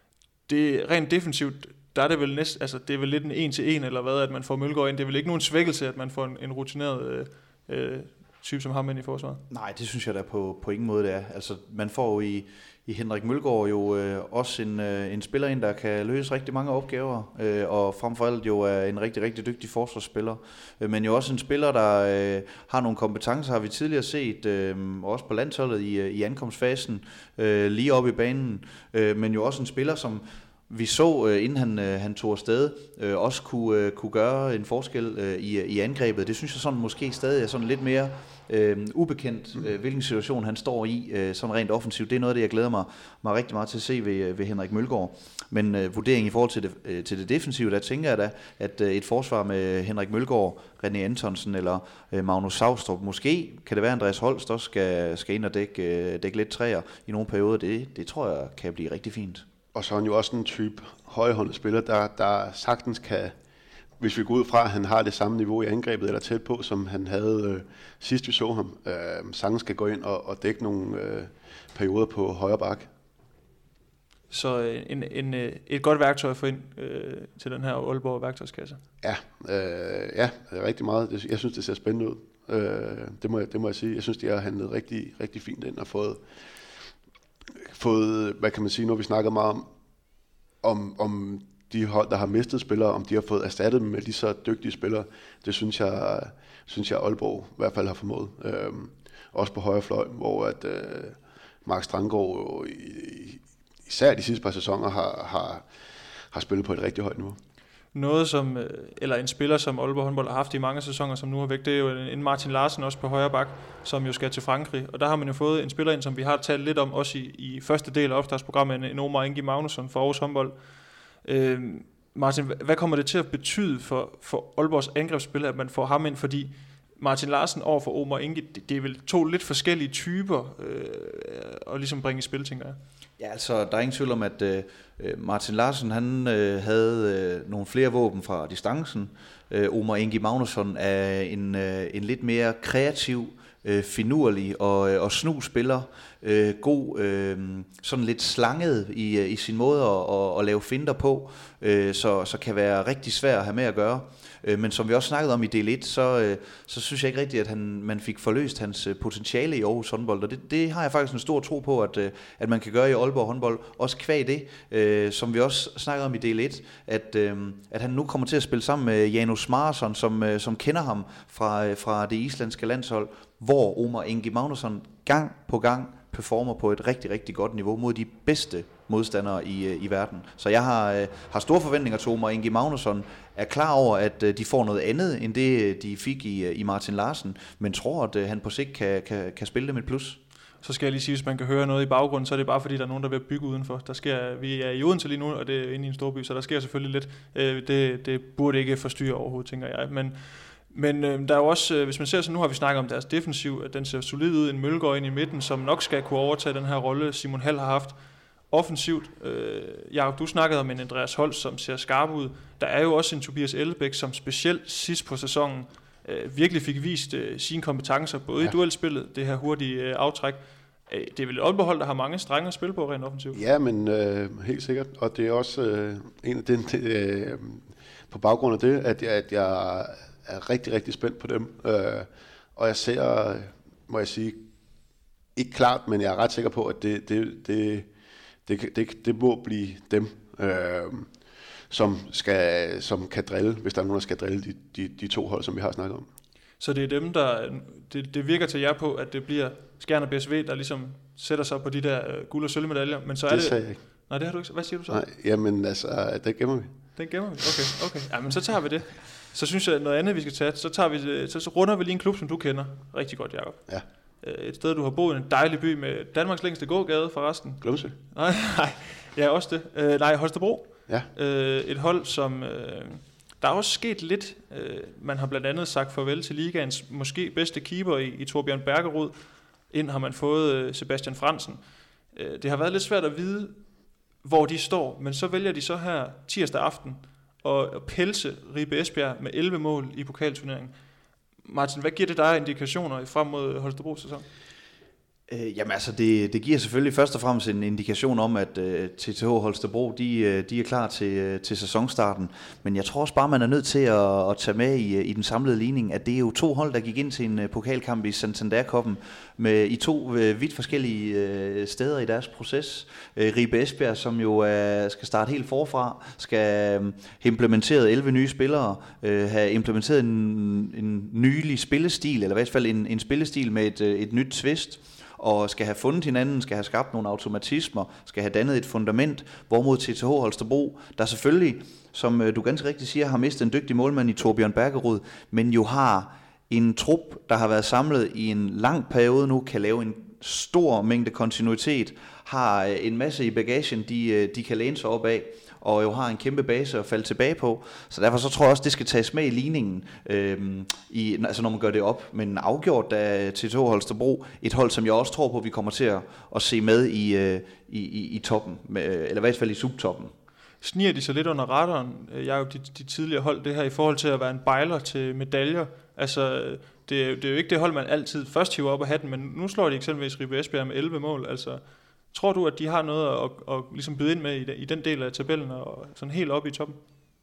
Det rent defensivt, der er det vel næst, altså det er vel lidt en en til en, eller hvad, at man får Mølgaard ind. Det er vel ikke nogen svækkelse, at man får en, en rutineret øh, type som ham ind i forsvaret? Nej, det synes jeg da på, på ingen måde det er. Altså, man får jo i, i Henrik Mølgaard jo øh, også en, øh, en spiller ind, der kan løse rigtig mange opgaver, øh, og frem for alt jo er en rigtig, rigtig dygtig forsvarsspiller. Øh, men jo også en spiller, der øh, har nogle kompetencer, har vi tidligere set, øh, også på landsholdet i, i ankomstfasen, øh, lige oppe i banen, øh, men jo også en spiller, som vi så, øh, inden han, øh, han tog afsted, øh, også kunne, øh, kunne gøre en forskel øh, i, i angrebet. Det synes jeg sådan måske stadig er sådan lidt mere øh, ubekendt, øh, hvilken situation han står i, øh, sådan rent offensivt. Det er noget af det, jeg glæder mig, mig rigtig meget til at se ved, ved Henrik Mølgaard. Men øh, vurderingen i forhold til det, øh, til det defensive, der tænker jeg da, at øh, et forsvar med Henrik Mølgaard, René Antonsen eller øh, Magnus Saustrup, måske kan det være, Andreas Holst også skal, skal ind og dække, øh, dække lidt træer i nogle perioder. Det, det tror jeg kan blive rigtig fint. Og så er han jo også en type højrehåndet spiller, der, der sagtens kan, hvis vi går ud fra, at han har det samme niveau i angrebet eller tæt på, som han havde øh, sidst vi så ham, øh, sagtens skal gå ind og, og dække nogle øh, perioder på højre bak. Så en, en, et godt værktøj at få ind øh, til den her Aalborg værktøjskasse. Ja, øh, ja, rigtig meget. Jeg synes, det ser spændende ud. Øh, det, må jeg, det må jeg sige. Jeg synes, de har handlet rigtig, rigtig fint ind og fået fået, hvad kan man sige, når vi snakker meget om, om, om de hold, der har mistet spillere, om de har fået erstattet dem med lige så dygtige spillere. Det synes jeg, synes jeg Aalborg i hvert fald har formået. Øhm, også på højre fløj, hvor at øh, Mark Strandgaard jo i, især de sidste par sæsoner har, har, har spillet på et rigtig højt niveau. Noget som, eller en spiller, som Aalborg håndbold har haft i mange sæsoner, som nu er væk, det er jo en Martin Larsen også på højre bak, som jo skal til Frankrig. Og der har man jo fået en spiller ind, som vi har talt lidt om, også i, i første del af opstartsprogrammet, en Omar Ingi Magnusson for Aarhus håndbold. Øh, Martin, hvad kommer det til at betyde for, for Aalborgs angrebsspil, at man får ham ind? Fordi Martin Larsen over for Omar Ingi, det, det er vel to lidt forskellige typer øh, at ligesom bringe i spil, tænker jeg. Ja, altså, der er ingen tvivl om, at øh, Martin Larsen, han øh, havde øh, nogle flere våben fra distancen. Øh, Omar Ingi Magnusson er en, øh, en lidt mere kreativ, øh, finurlig og, øh, og snu spiller. Øh, god, øh, sådan lidt slanget i, i sin måde at, at, at lave finter på, øh, så, så kan være rigtig svær at have med at gøre. Men som vi også snakkede om i del et, så, så synes jeg ikke rigtigt, at han, man fik forløst hans potentiale i Aarhus håndbold. Og det, det har jeg faktisk en stor tro på, at, at man kan gøre i Aalborg håndbold. Også kvæg det, øh, som vi også snakkede om i del et, at, øh, at han nu kommer til at spille sammen med Janus Marason, som, øh, som kender ham fra, fra det islandske landshold, hvor Omar Ingi Magnusson gang på gang performer på et rigtig, rigtig godt niveau mod de bedste modstandere i, i verden. Så jeg har, øh, har store forventninger til Omar Ingi Magnusson, er klar over, at øh, de får noget andet, end det de fik i, i Martin Larsen, men tror, at øh, han på sigt kan, kan, kan spille dem et plus. Så skal jeg lige sige, hvis man kan høre noget i baggrunden, så er det bare fordi, der er nogen, der vil bygge udenfor. Der sker, vi er i Odense lige nu, og det er inde i en storby, så der sker selvfølgelig lidt. Øh, det, det burde ikke forstyrre overhovedet, tænker jeg. Men Men øh, der er jo også, øh, hvis man ser så, nu har vi snakket om deres defensiv, at den ser solid ud, en Mølgaard ind i midten, som nok skal kunne overtage den her rolle, Simon Hall har haft. Offensivt, øh, Jakob, du snakkede om en Andreas Holst, som ser skarp ud. Der er jo også en Tobias Ellebæk, som specielt sidst på sæsonen øh, virkelig fik vist øh, sine kompetencer, både ja. i duelspillet, det her hurtige øh, aftræk. det er vel et Aalborg-hold, der har mange strenge at spille på rent offensivt. Ja, men øh, helt sikkert. Og det er også øh, en af den, øh, på baggrund af det, at jeg, at jeg er rigtig, rigtig spændt på dem. Øh, og jeg ser, må jeg sige, ikke klart, men jeg er ret sikker på, at det, det, det, det, det, det må blive dem, øh, som, skal, som kan drille, hvis der er nogen, der skal drille de, de, de to hold, som vi har snakket om. Så det er dem, der det, det virker til jer på, at det bliver Skjern og B S V, der ligesom sætter sig på de der uh, guld- og sølvmedaljer. Men så er det det sagde jeg ikke. Nej, det har du ikke. Hvad siger du så? Nej, jamen altså, det gemmer vi. Den gemmer vi. Okay, okay. Ja, men så tager vi det. Så synes jeg noget andet vi skal tage. Så tager vi så, så runder vi lige en klub, som du kender rigtig godt, Jacob. Ja. Et sted du har boet, en dejlig by med Danmarks længste gågade forresten. Glumsø. Nej, nej. Ja, også det. Uh, nej, Holstebro. Ja. Uh, et hold som uh, der er også sket lidt. Uh, man har blandt andet sagt farvel til ligaens måske bedste keeper i, i Torbjørn Bergerud. Ind har man fået uh, Sebastian Fransen. Uh, det har været lidt svært at vide, hvor de står, men så vælger de så her tirsdag aften at pelse Ribe Esbjerg med elleve mål i pokalturneringen. Martin, hvad giver det dig indikationer frem mod Holstebro sæson? Øh, jamen altså, det, det giver selvfølgelig først og fremmest en indikation om, at øh, T T H Holstebro, de, de er klar til, til sæsonstarten. Men jeg tror også bare, man er nødt til at, at tage med i, i den samlede ligning, at det er jo to hold, der gik ind til en uh, pokalkamp i Santander-koppen med i to uh, vidt forskellige uh, steder i deres proces. Uh, Ribe Esbjerg, som jo uh, skal starte helt forfra, skal uh, have implementeret elleve nye spillere, uh, have implementeret en, en nylig spillestil, eller i hvert fald en, en spillestil med et, et nyt twist, og skal have fundet hinanden, skal have skabt nogle automatismer, skal have dannet et fundament, hvorimod T T H Holstebro, der selvfølgelig, som du ganske rigtigt siger, har mistet en dygtig målmand i Torbjørn Bergerud, men jo har en trup, der har været samlet i en lang periode nu, kan lave en stor mængde kontinuitet, har en masse i bagagen, de, de kan læne sig op af, og jo har en kæmpe base at falde tilbage på. Så derfor så tror jeg også, det skal tages med i ligningen, øhm, i, altså når man gør det op. Men afgjort af T T H Holstebro, et hold, som jeg også tror på, vi kommer til at, at se med i, øh, i, i, i toppen, med, eller i hvert fald i subtoppen. Sniger de så lidt under radaren, Jacob, de, de tidligere hold, det her i forhold til at være en bejler til medaljer? Altså, det er, det er jo ikke det hold, man altid først hiver op af hatten, men nu slår de eksempelvis Ribe Esbjerg med elleve mål, altså. Tror du, at de har noget at, at, at ligesom byde ind med i, i den del af tabellen og sådan helt oppe i toppen?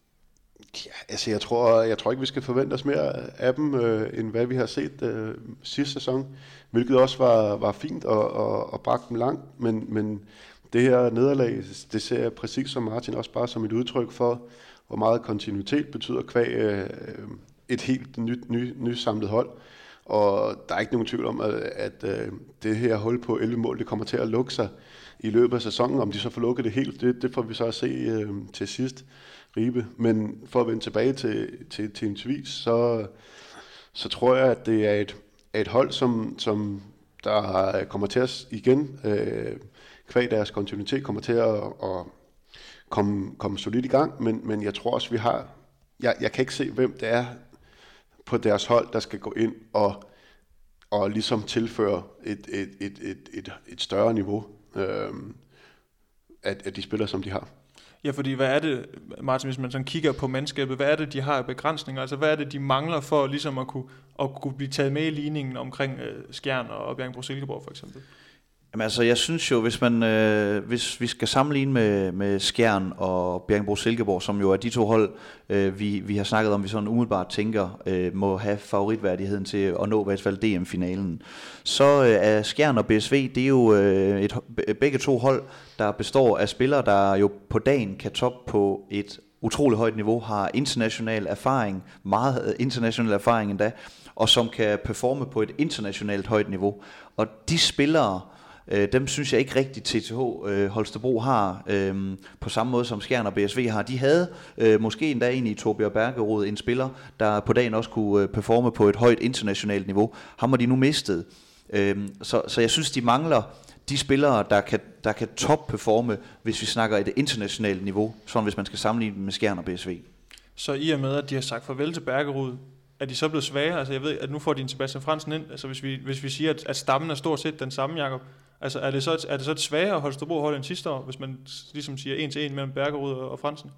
Ja, altså jeg tror, jeg tror ikke, vi skal forvente os mere af dem, øh, end hvad vi har set øh, sidste sæson, hvilket også var, var fint og, og, og bragte dem langt, men, men det her nederlag, det ser jeg præcis som Martin også bare som et udtryk for, hvor meget kontinuitet betyder kvæg øh, et helt nyt, ny, nysamlet hold. Og der er ikke nogen tvivl om, at, at, at det her hul på elleve mål, det kommer til at lukke sig i løbet af sæsonen. Om de så får lukket det helt, det, det får vi så at se øh, til sidst, Ribe. Men for at vende tilbage til, til, til en tvis, så, så tror jeg, at det er et, et hold, som, som der kommer til at igen, øh, kvæg deres kontinuitet, kommer til at, at komme, komme solidt i gang. Men, men jeg tror også, vi har... Jeg, jeg kan ikke se, hvem det er på deres hold, der skal gå ind og, og ligesom tilføre et, et, et, et, et, et større niveau øh, af, af de spillere, som de har. Ja, fordi hvad er det, Martin, hvis man sådan kigger på mandskabet, hvad er det, de har af begrænsninger? Altså, hvad er det, de mangler for ligesom at kunne, at kunne blive taget med i ligningen omkring øh, Skjern og Bjerringbro-Silkeborg for eksempel? Jamen altså, jeg synes jo, hvis man øh, hvis vi skal sammenligne med, med Skjern og Bjerringbro-Silkeborg, som jo er de to hold, øh, vi, vi har snakket om, vi sådan umiddelbart tænker, øh, må have favoritværdigheden til at nå i hvert fald D M-finalen, så øh, er Skjern og B S V, det er jo øh, et, begge to hold, der består af spillere, der jo på dagen kan toppe på et utroligt højt niveau, har international erfaring, meget international erfaring endda, og som kan performe på et internationalt højt niveau. Og de spillere, dem synes jeg ikke rigtigt T T H Holstebro har øh, på samme måde som Skjern og B S V har. De havde øh, måske endda en i Torbjørn Bergerud, en spiller, der på dagen også kunne performe på et højt internationalt niveau. Ham har de nu mistet. Øh, så, så jeg synes, de mangler de spillere, der kan, der kan top-performe, hvis vi snakker et internationalt niveau, sådan hvis man skal sammenligne dem med Skjern og B S V. Så i og med, at de har sagt farvel til Bergerud, er de så blevet svagere? Altså jeg ved, at nu får de en Sebastian Fransen ind. Altså hvis vi, hvis vi siger, at, at stammen er stort set den samme, Jacob. Altså er det så et, er det så et svagere Holstebro hold end sidste år, hvis man ligesom siger en til en mellem Bergerud og, og Fransen?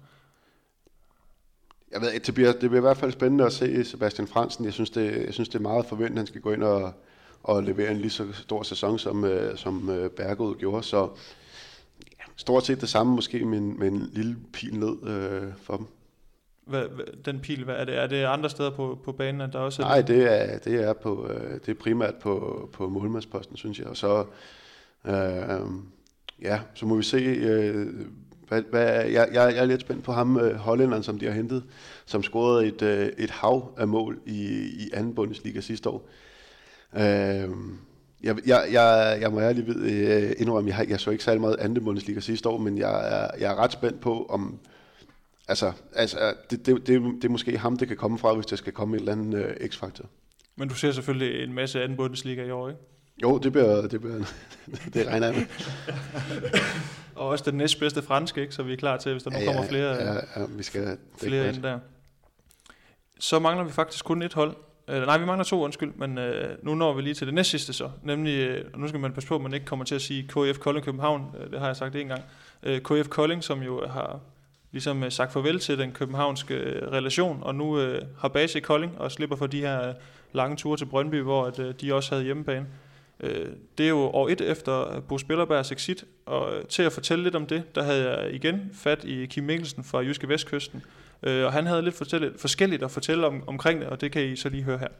Jeg ved, det bliver, det bliver i hvert fald spændende at se Sebastian Fransen. Jeg synes, det, jeg synes, det er meget forventet, at han skal gå ind og, og levere en lige så stor sæson, som, øh, som øh, Bergod gjorde. Så ja, stort set det samme, måske med en, med en lille pil ned øh, for dem. Hvad, den pil, hvad er det? Er det andre steder på, på banen, at der også er Nej, det er, det er, på, øh, det er primært på, på målmandsposten, synes jeg. Og så, øh, ja, så må vi se... Øh, Hvad, hvad, jeg, jeg, jeg er lidt spændt på ham, uh, hollænderen, som de har hentet, som scorede et, uh, et hav af mål i, i anden Bundesliga sidste år. Uh, jeg, jeg, jeg, jeg må ærligt uh, indrømme, jeg, jeg så ikke særlig meget anden Bundesliga sidste år, men jeg er, jeg er ret spændt på, om altså, altså det, det, det, det er måske ham, det kan komme fra, hvis der skal komme en eller anden uh, x-faktor. Men du ser selvfølgelig en masse anden Bundesliga i år, ikke? Jo, det bliver, det, bliver, det regner jeg med. Og også den næstbedste franske, ikke? Så vi er klar til, hvis der nu ja, kommer flere, ja, ja, vi skal flere ind der. Så mangler vi faktisk kun et hold. Uh, nej, vi mangler to, undskyld, men uh, nu når vi lige til det næst sidste så. Nemlig, uh, nu skal man passe på, at man ikke kommer til at sige K F Kolding København. Uh, det har jeg sagt en gang. Uh, K F Kolding, som jo har ligesom uh, sagt farvel til den københavnske uh, relation, og nu uh, har base i Kolding og slipper for de her uh, lange ture til Brøndby, hvor at, uh, de også havde hjemmebane. Det er jo år et efter Bo Spillerbergs exit, og til at fortælle lidt om det, der havde jeg igen fat i Kim Mikkelsen fra Jyske Vestkysten, og han havde lidt forskelligt at fortælle om, omkring det, og det kan I så lige høre her.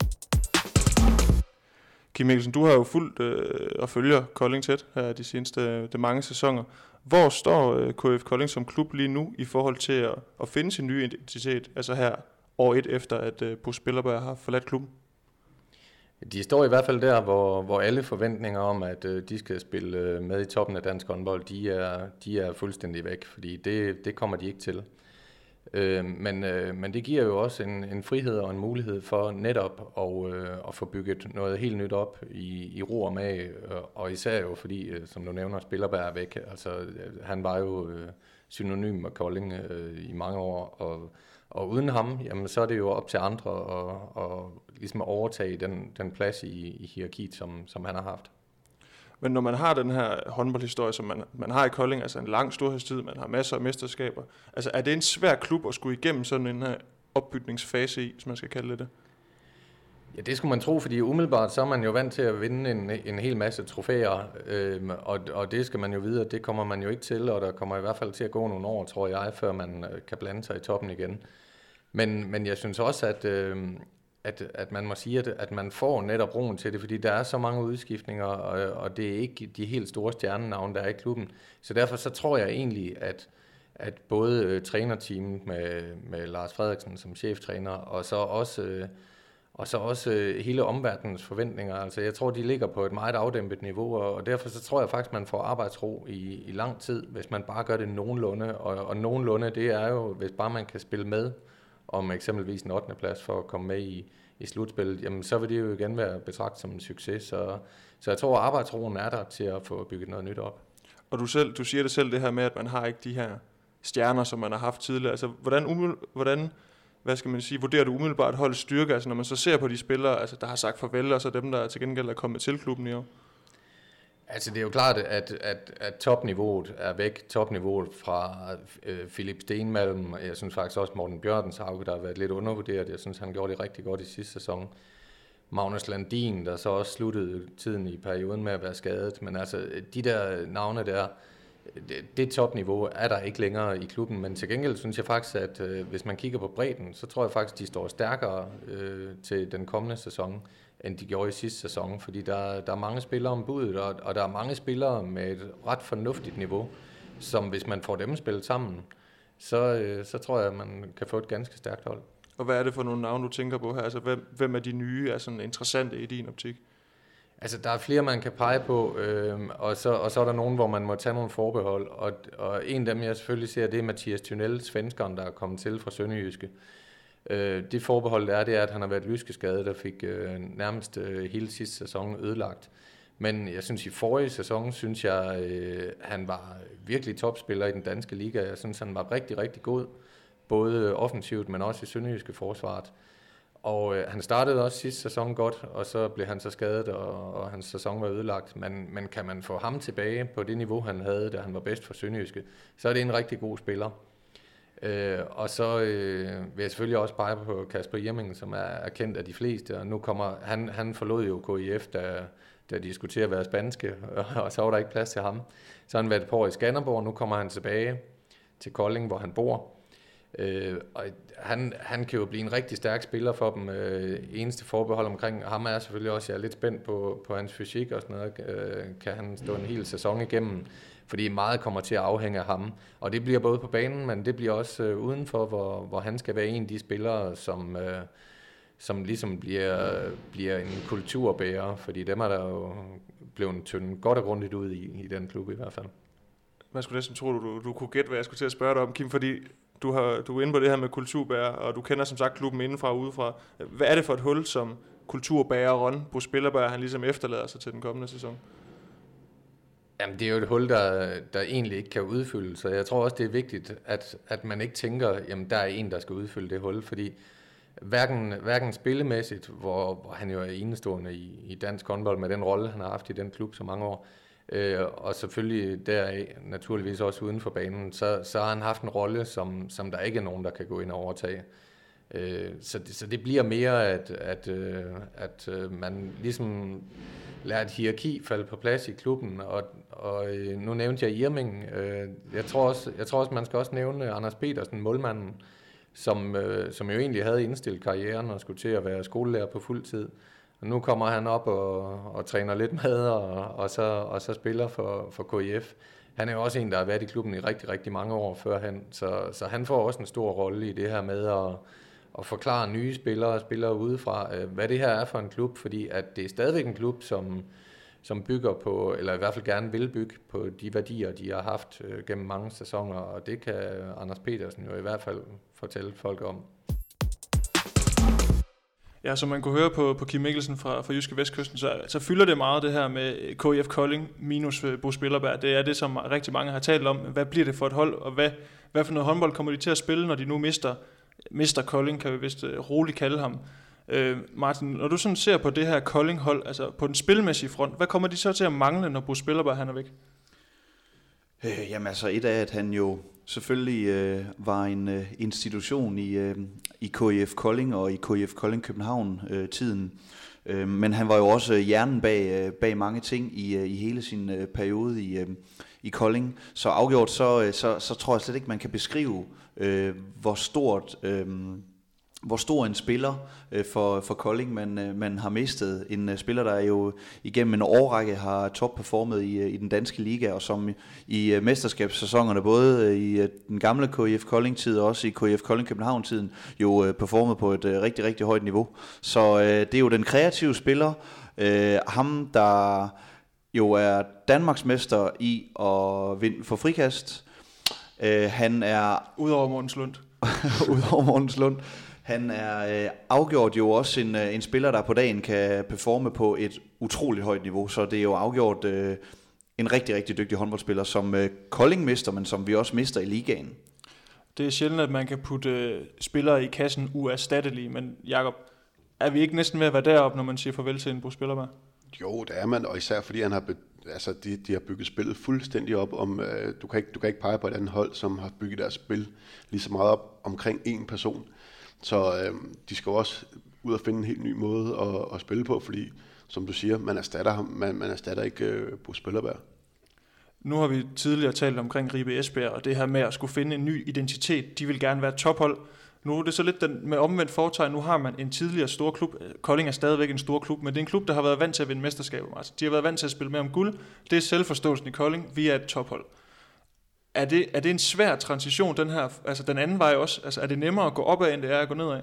Kim Mikkelsen, du har jo fulgt øh, og følger Kolding tæt her de seneste de mange sæsoner. Hvor står øh, K F Kolding som klub lige nu i forhold til at, at finde sin nye identitet, altså her år et efter, at øh, Bo Spillerberg har forladt klubben? De står i hvert fald der, hvor, hvor alle forventninger om, at øh, de skal spille øh, med i toppen af dansk håndbold, de er, de er fuldstændig væk, fordi det, det kommer de ikke til. Øh, men, øh, men det giver jo også en, en frihed og en mulighed for netop at, øh, at få bygget noget helt nyt op i, i ro og mag, og især jo fordi, øh, som du nævner, Spillerberg er væk. Altså, han var jo øh, synonym med Kolding øh, i mange år, og Og uden ham, jamen, så er det jo op til andre at, at ligesom at overtage den, den plads i, i hierarkiet, som, som han har haft. Men når man har den her håndboldhistorie, som man, man har i Kolding, altså en lang storhedstid, man har masser af mesterskaber, altså er det en svær klub at skulle igennem sådan en her opbygningsfase i, hvis man skal kalde det det? Ja, det skulle man tro, fordi umiddelbart så er man jo vant til at vinde en, en hel masse trofæer, øhm, og, og det skal man jo vide, at det kommer man jo ikke til, og der kommer i hvert fald til at gå nogle år, tror jeg, før man kan blande sig i toppen igen. Men, men jeg synes også, at, øh, at, at man må sige, at, at man får netop roen til det, fordi der er så mange udskiftninger, og, og det er ikke de helt store stjernenavne, der er i klubben. Så derfor så tror jeg egentlig, at, at både øh, trænerteamet med, med Lars Frederiksen som cheftræner, og så også, øh, og så også øh, hele omverdenens forventninger, altså jeg tror, de ligger på et meget afdæmpet niveau, og, og derfor så tror jeg faktisk, man får arbejdsro i, i lang tid, hvis man bare gør det nogenlunde, og, og nogenlunde, det er jo, hvis bare man kan spille med, om eksempelvis en ottende plads for at komme med i, i slutspillet, jamen så vil det jo igen være betragtet som en succes. Så, så jeg tror, at arbejdsroen er der til at få bygget noget nyt op. Og du, selv, du siger det selv, det her med, at man har ikke de her stjerner, som man har haft tidligere. Altså, hvordan, umiddelbart, hvordan hvad skal man sige, vurderer du umiddelbart holdets styrke, altså når man så ser på de spillere, altså, der har sagt farvel, og så dem, der til gengæld er kommet til klubben i år? Altså det er jo klart, at, at, at topniveauet er væk. Topniveauet fra øh, Philip Stenmalm, jeg synes faktisk også Morten Bjørdenshauge, der har været lidt undervurderet. Jeg synes, han gjorde det rigtig godt i sidste sæson. Magnus Landin, der så også sluttede tiden i perioden med at være skadet. Men altså de der navne der, det, det topniveau er der ikke længere i klubben. Men til gengæld synes jeg faktisk, at øh, hvis man kigger på bredden, så tror jeg faktisk, de står stærkere øh, til den kommende sæson, end de gjorde i sidste sæson, fordi der, der er mange spillere om budet, og, og der er mange spillere med et ret fornuftigt niveau, som hvis man får dem spillet sammen, så, øh, så tror jeg, at man kan få et ganske stærkt hold. Og hvad er det for nogle navne, du tænker på her? Altså, hvem, hvem af de nye er sådan interessante i din optik? Altså, der er flere, man kan pege på, øh, og, så, og så er der nogen, hvor man må tage nogle forbehold, og, og en af dem, jeg selvfølgelig ser, det er Mathias Thunell, svenskeren, der er kommet til fra Sønderjyske. Øh, det forbehold der er, det er, at han har været lyskeskadet, der fik øh, nærmest øh, hele sidste sæson ødelagt. Men jeg synes, i forrige sæson, synes jeg, øh, han var virkelig topspiller i den danske liga. Jeg synes, han var rigtig, rigtig god, både offensivt, men også i Sønderjyske forsvaret. Og øh, han startede også sidste sæson godt, og så blev han så skadet, og, og hans sæson var ødelagt. Men, men kan man få ham tilbage på det niveau, han havde, da han var bedst for Sønderjyske, så er det en rigtig god spiller. Øh, og så øh, vil jeg selvfølgelig også pege på Kasper Irming, som er, er kendt af de fleste, og nu kommer, han, han forlod jo K I F, da, da de skulle til at være spanske, og så var der ikke plads til ham. Så har han været et par år i Skanderborg, og nu kommer han tilbage til Kolding, hvor han bor. Øh, og han, han kan jo blive en rigtig stærk spiller for dem. Øh, eneste forbehold omkring ham er selvfølgelig også, jeg er lidt spændt på, på hans fysik og sådan noget. Øh, kan han stå en hel sæson igennem? Fordi meget kommer til at afhænge af ham. Og det bliver både på banen, men det bliver også øh, udenfor, hvor, hvor han skal være en af de spillere, som, øh, som ligesom bliver, bliver en kulturbærer. Fordi dem er der jo blevet tyndet godt og grundigt ud i, i den klub i hvert fald. Hvad skulle næsten tro, du, du kunne gætte, hvad jeg skulle til at spørge dig om, Kim? Fordi du, har, du er inde på det her med kulturbærer, og du kender som sagt klubben indenfra og udefra. Hvad er det for et hul, som kulturbæreren, Bo Spillerberg, han ligesom efterlader sig til den kommende sæson? Jamen, det er jo et hul, der, der egentlig ikke kan udfylde, så jeg tror også, det er vigtigt, at, at man ikke tænker, jamen, der er en, der skal udfylde det hul, fordi hverken, hverken spillemæssigt, hvor, hvor han jo er enestående i, i dansk håndbold med den rolle, han har haft i den klub så mange år, øh, og selvfølgelig deraf naturligvis også uden for banen, så, så har han haft en rolle, som, som der ikke er nogen, der kan gå ind og overtage. Øh, så, det, så det bliver mere, at, at, øh, at øh, man ligesom lader et hierarki falde på plads i klubben, og, og øh, nu nævnte jeg Irming. Øh, jeg, tror også, jeg tror også, man skal også nævne Anders Petersen, målmanden, som, øh, som jo egentlig havde indstillet karrieren og skulle til at være skolelærer på fuld tid. Og nu kommer han op og, og træner lidt med, og, og, så, og så spiller for, for K I F. Han er jo også en, der har været i klubben i rigtig, rigtig mange år førhen, så, så han får også en stor rolle i det her med at og forklare nye spillere og spillere udefra, hvad det her er for en klub, fordi at det er stadigvæk en klub, som, som bygger på, eller i hvert fald gerne vil bygge på de værdier, de har haft øh, gennem mange sæsoner, og det kan Anders Petersen jo i hvert fald fortælle folk om. Ja, som man kunne høre på, på Kim Mikkelsen fra, fra Jyske Vestkysten, så, så fylder det meget det her med K I F Kolding minus Bo Spillerberg. Det er det, som rigtig mange har talt om. Hvad bliver det for et hold, og hvad, hvad for noget håndbold kommer de til at spille, når de nu mister mister Kolding, kan vi vist roligt kalde ham. Øh, Martin, når du sådan ser på det her Kolding-hold, altså på den spilmæssige front, hvad kommer de så til at mangle, når Bo Spillerberg han er væk? Øh, jamen altså et af, at han jo selvfølgelig øh, var en øh, institution i, øh, i K I F Kolding og i K I F Kolding København øh, tiden. Øh, men han var jo også hjernen bag, øh, bag mange ting i, øh, i hele sin øh, periode i, øh, i Kolding. Så afgjort, så, øh, så, så tror jeg slet ikke, man kan beskrive, øh, hvor stort... Øh, hvor stor en spiller øh, for, for Kolding man, øh, man har mistet. En øh, spiller, der jo igennem en årrække har topperformet i, øh, i den danske liga, og som i øh, mesterskabssæsonerne, både øh, i øh, den gamle K I F Kolding-tid og også i K I F Kolding København-tiden, jo øh, performet på et øh, rigtig, rigtig højt niveau. Så øh, det er jo den kreative spiller, øh, ham der jo er Danmarksmester i at vinde for frikast. Øh, han er... Udover Mortens Lund. Udover Mortens Lund. Han er øh, afgjort jo også en, øh, en spiller, der på dagen kan performe på et utroligt højt niveau, så det er jo afgjort øh, en rigtig, rigtig dygtig håndboldspiller, som øh, Kolding mister, men som vi også mister i ligaen. Det er sjældent, at man kan putte øh, spillere i kassen uerstattelige, men Jakob, er vi ikke næsten ved at være deroppe, når man siger farvel til en Bo Spillerberg? Jo, det er man, og især fordi han har, be, altså de, de har bygget spillet fuldstændig op om, øh, du, kan ikke, du kan ikke pege på et andet hold, som har bygget deres spil lige så meget op omkring én person. Så øh, de skal også ud og finde en helt ny måde at, at spille på, fordi, som du siger, man erstatter ham, man, man erstatter ikke øh, Bo Spillerberg. Nu har vi tidligere talt omkring Ribe Esbjerg, og det her med at skulle finde en ny identitet. De vil gerne være tophold. Nu er det så lidt den, med omvendt foretegn. Nu har man en tidligere stor klub. Kolding er stadigvæk en stor klub, men det er en klub, der har været vant til at vinde mesterskaber. Altså, de har været vant til at spille med om guld. Det er selvforståelsen i Kolding. Vi er et tophold. Er det, er det en svær transition, den her, altså den anden vej også? Altså er det nemmere at gå opad, end det er at gå nedad?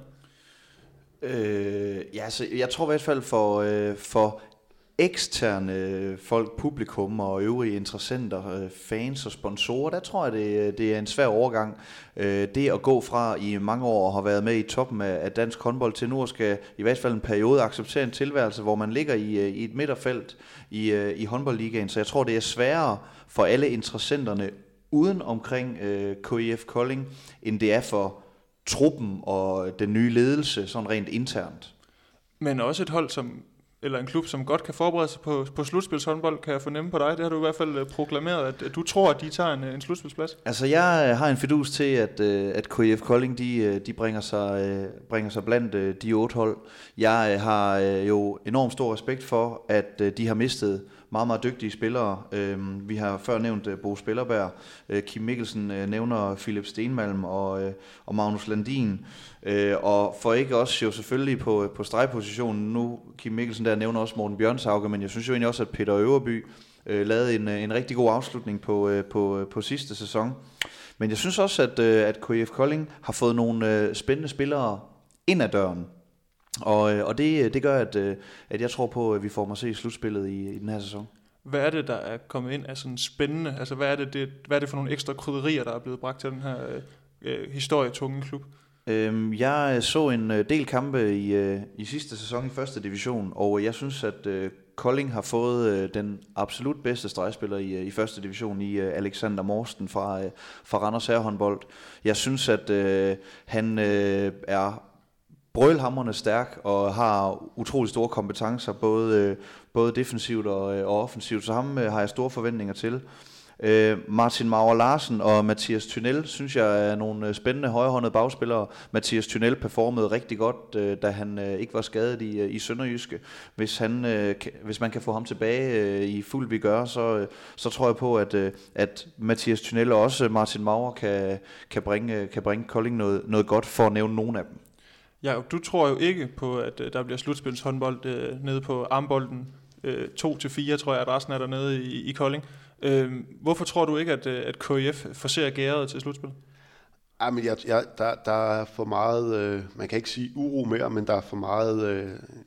Øh, ja, altså, jeg tror i hvert fald for, øh, for eksterne folk, publikum og øvrige interessenter, øh, fans og sponsorer, der tror jeg, det, det er en svær overgang. Øh, det at gå fra i mange år og have været med i toppen af, af dansk håndbold til nu, skal i hvert fald en periode acceptere en tilværelse, hvor man ligger i, i et midterfelt i, i håndboldligaen. Så jeg tror, det er sværere for alle interessenterne uden omkring øh, K I F Kolding, end det er for truppen og den nye ledelse, sådan rent internt. Men også et hold, som eller en klub, som godt kan forberede sig på, på slutspilshåndbold, kan jeg fornemme på dig. Det har du i hvert fald proklameret, at, at du tror, at de tager en, en slutspilsplads. Altså, jeg har en fidus til, at, at K I F Kolding, de, de bringer, sig, bringer sig blandt de otte hold. Jeg har jo enormt stor respekt for, at de har mistet meget, meget dygtige spillere. Vi har før nævnt Bo Spillerberg. Kim Mikkelsen nævner Philip Stenmalm og, og Magnus Landin. Og for ikke også jo selvfølgelig på, på stregpositionen, nu Kim Mikkelsen der nævner også Morten Bjørnshauge, men jeg synes jo egentlig også, at Peter Øverby lavede en, en rigtig god afslutning på, på, på sidste sæson. Men jeg synes også, at, at K I F Kolding har fået nogle spændende spillere ind ad døren. Og, og det, det gør, at, at jeg tror på, at vi får mig se i slutspillet i, i den her sæson. Hvad er det, der er kommet ind af sådan spændende? Altså, hvad er det, det, hvad er det for nogle ekstra krydderier, der er blevet bragt til den her øh, historietunge klub? Øhm, jeg så en del kampe i, øh, i sidste sæson i første division, og jeg synes, at øh, Kolding har fået øh, den absolut bedste stregspiller i, øh, i første division i øh, Alexander Morsten fra, øh, fra Randers Herrehåndbold. Jeg synes, at øh, han øh, er brølhamrende stærk og har utrolig store kompetencer, både, både defensivt og, og offensivt, så ham har jeg store forventninger til. Martin Maurer Larsen og Mathias Thynel synes jeg er nogle spændende højrehåndede bagspillere. Mathias Thynel performede rigtig godt, da han ikke var skadet i, i Sønderjyske. Hvis, han, hvis man kan få ham tilbage i fuld vigør, så, så tror jeg på, at, at Mathias Thynel og også Martin Maurer kan, kan, bringe, kan bringe Kolding noget, noget godt, for at nævne nogle af dem. Ja, du tror jo ikke på, at der bliver slutspilshåndbold øh, nede på armbolden. Øh, to til fire, tror jeg, adressen er dernede i, i Kolding. Øh, hvorfor tror du ikke, at, at K I F forser gæret til slutspil? Ja, men jeg, jeg, der, der er for meget, øh, man kan ikke sige uro mere, men der er for meget, øh,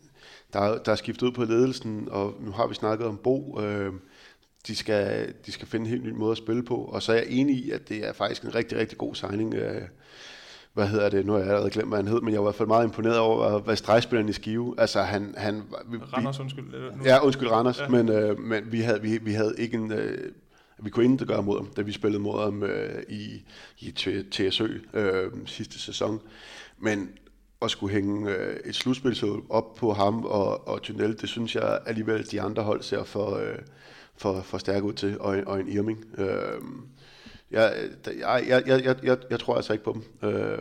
der, der er skiftet ud på ledelsen, og nu har vi snakket om Bo. Øh, de, skal, de skal finde en helt ny måde at spille på, og så er jeg enig i, at det er faktisk en rigtig, rigtig god signing. Øh, Hvad hedder det? Nu har jeg allerede glemt, hvad han hed, men jeg var i hvert fald meget imponeret over, hvad stregspilleren i Skive. Altså han... han vi, Randers, undskyld. Nu. Ja, undskyld Randers, ja. men, øh, men vi, havde, vi, vi havde ikke en... Øh, vi kunne intet gøre mod ham, da vi spillede mod ham øh, i, i T S Ø øh, sidste sæson. Men at skulle hænge øh, et slutspil op på ham og, og Thynel, det synes jeg alligevel, de andre hold ser for, øh, for, for stærke ud til, og, og en Irming. Øh, Jeg, jeg, jeg, jeg, jeg, jeg tror altså ikke på dem. Øh,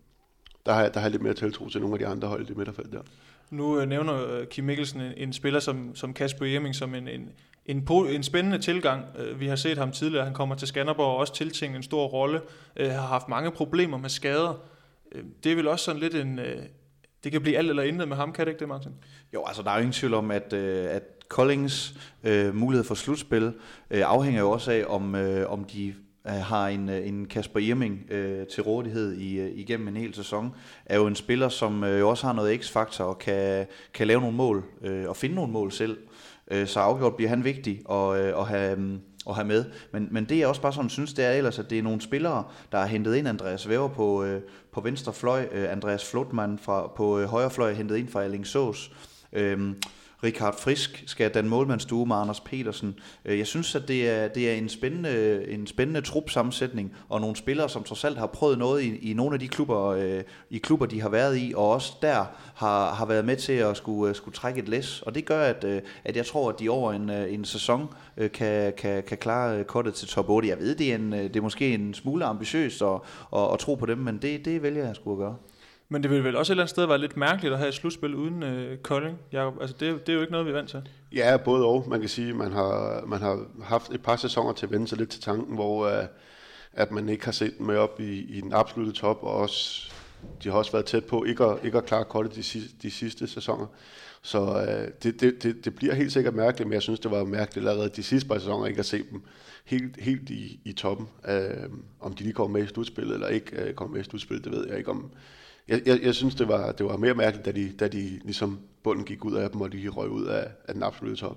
der, har jeg, der har jeg lidt mere tiltro til nogle af de andre hold i midterfelt der. Nu øh, nævner Kim Mikkelsen en, en spiller som, som Kasper Irming som en, en, en, en spændende tilgang. Vi har set ham tidligere, han kommer til Skanderborg og også tiltænkt en stor rolle. Øh, har haft mange problemer med skader. Øh, det er vel også sådan lidt en... Øh, det kan blive alt eller intet med ham, kan det ikke det, Martin? Jo, altså der er jo ingen tvivl om, at, at Koldings øh, mulighed for slutspil øh, afhænger jo også af, om, øh, om de har en, en Kasper Irming øh, til rådighed i, igennem en hel sæson, er jo en spiller, som øh, også har noget x-faktor og kan, kan lave nogle mål øh, og finde nogle mål selv. Øh, så afgjort bliver han vigtig at, øh, at, have, at have med. Men, men det er også bare sådan, synes det er ellers, at det er nogle spillere, der har hentet ind. Andreas Væver på, øh, på venstre fløj, øh, Andreas Flotman fra, på øh, højre fløj, hentet ind fra Alingsås. Øh, Richard Frisk skal danne målmandsstue med Anders Petersen. Jeg synes, at det er, det er en spændende, en spændende trupsammensætning, og nogle spillere, som trods alt har prøvet noget i, i nogle af de klubber, øh, i klubber, de har været i, og også der har, har været med til at skulle, skulle trække et læs. Og det gør, at, at jeg tror, at de over en, en sæson kan, kan, kan klare kortet til top otte. Jeg ved, det er, en, det er måske en smule ambitiøst at, at, at tro på dem, men det, det vælger jeg sgu at gøre. Men det vil vel også et eller andet sted være lidt mærkeligt at have et slutspil uden øh, Kolding, Jacob. Altså det, det er jo ikke noget, vi er vant til. Ja, både og. Man kan sige, at man har, man har haft et par sæsoner til at vende sig lidt til tanken, hvor øh, at man ikke har set dem med op i, i den absolutte top, og også, de har også været tæt på ikke at, ikke at klare kortet de, sidste, de sidste sæsoner. Så øh, det, det, det, det bliver helt sikkert mærkeligt, men jeg synes, det var mærkeligt allerede de sidste par sæsoner ikke at se dem helt, helt i, i toppen. Øh, om de lige kommer med i slutspillet eller ikke øh, kommer med i slutspillet, det ved jeg ikke om. Jeg, jeg, jeg synes, det var, det var mere mærkeligt, da de, da de ligesom bunden gik ud af dem, og de røg ud af, af den absolutte top.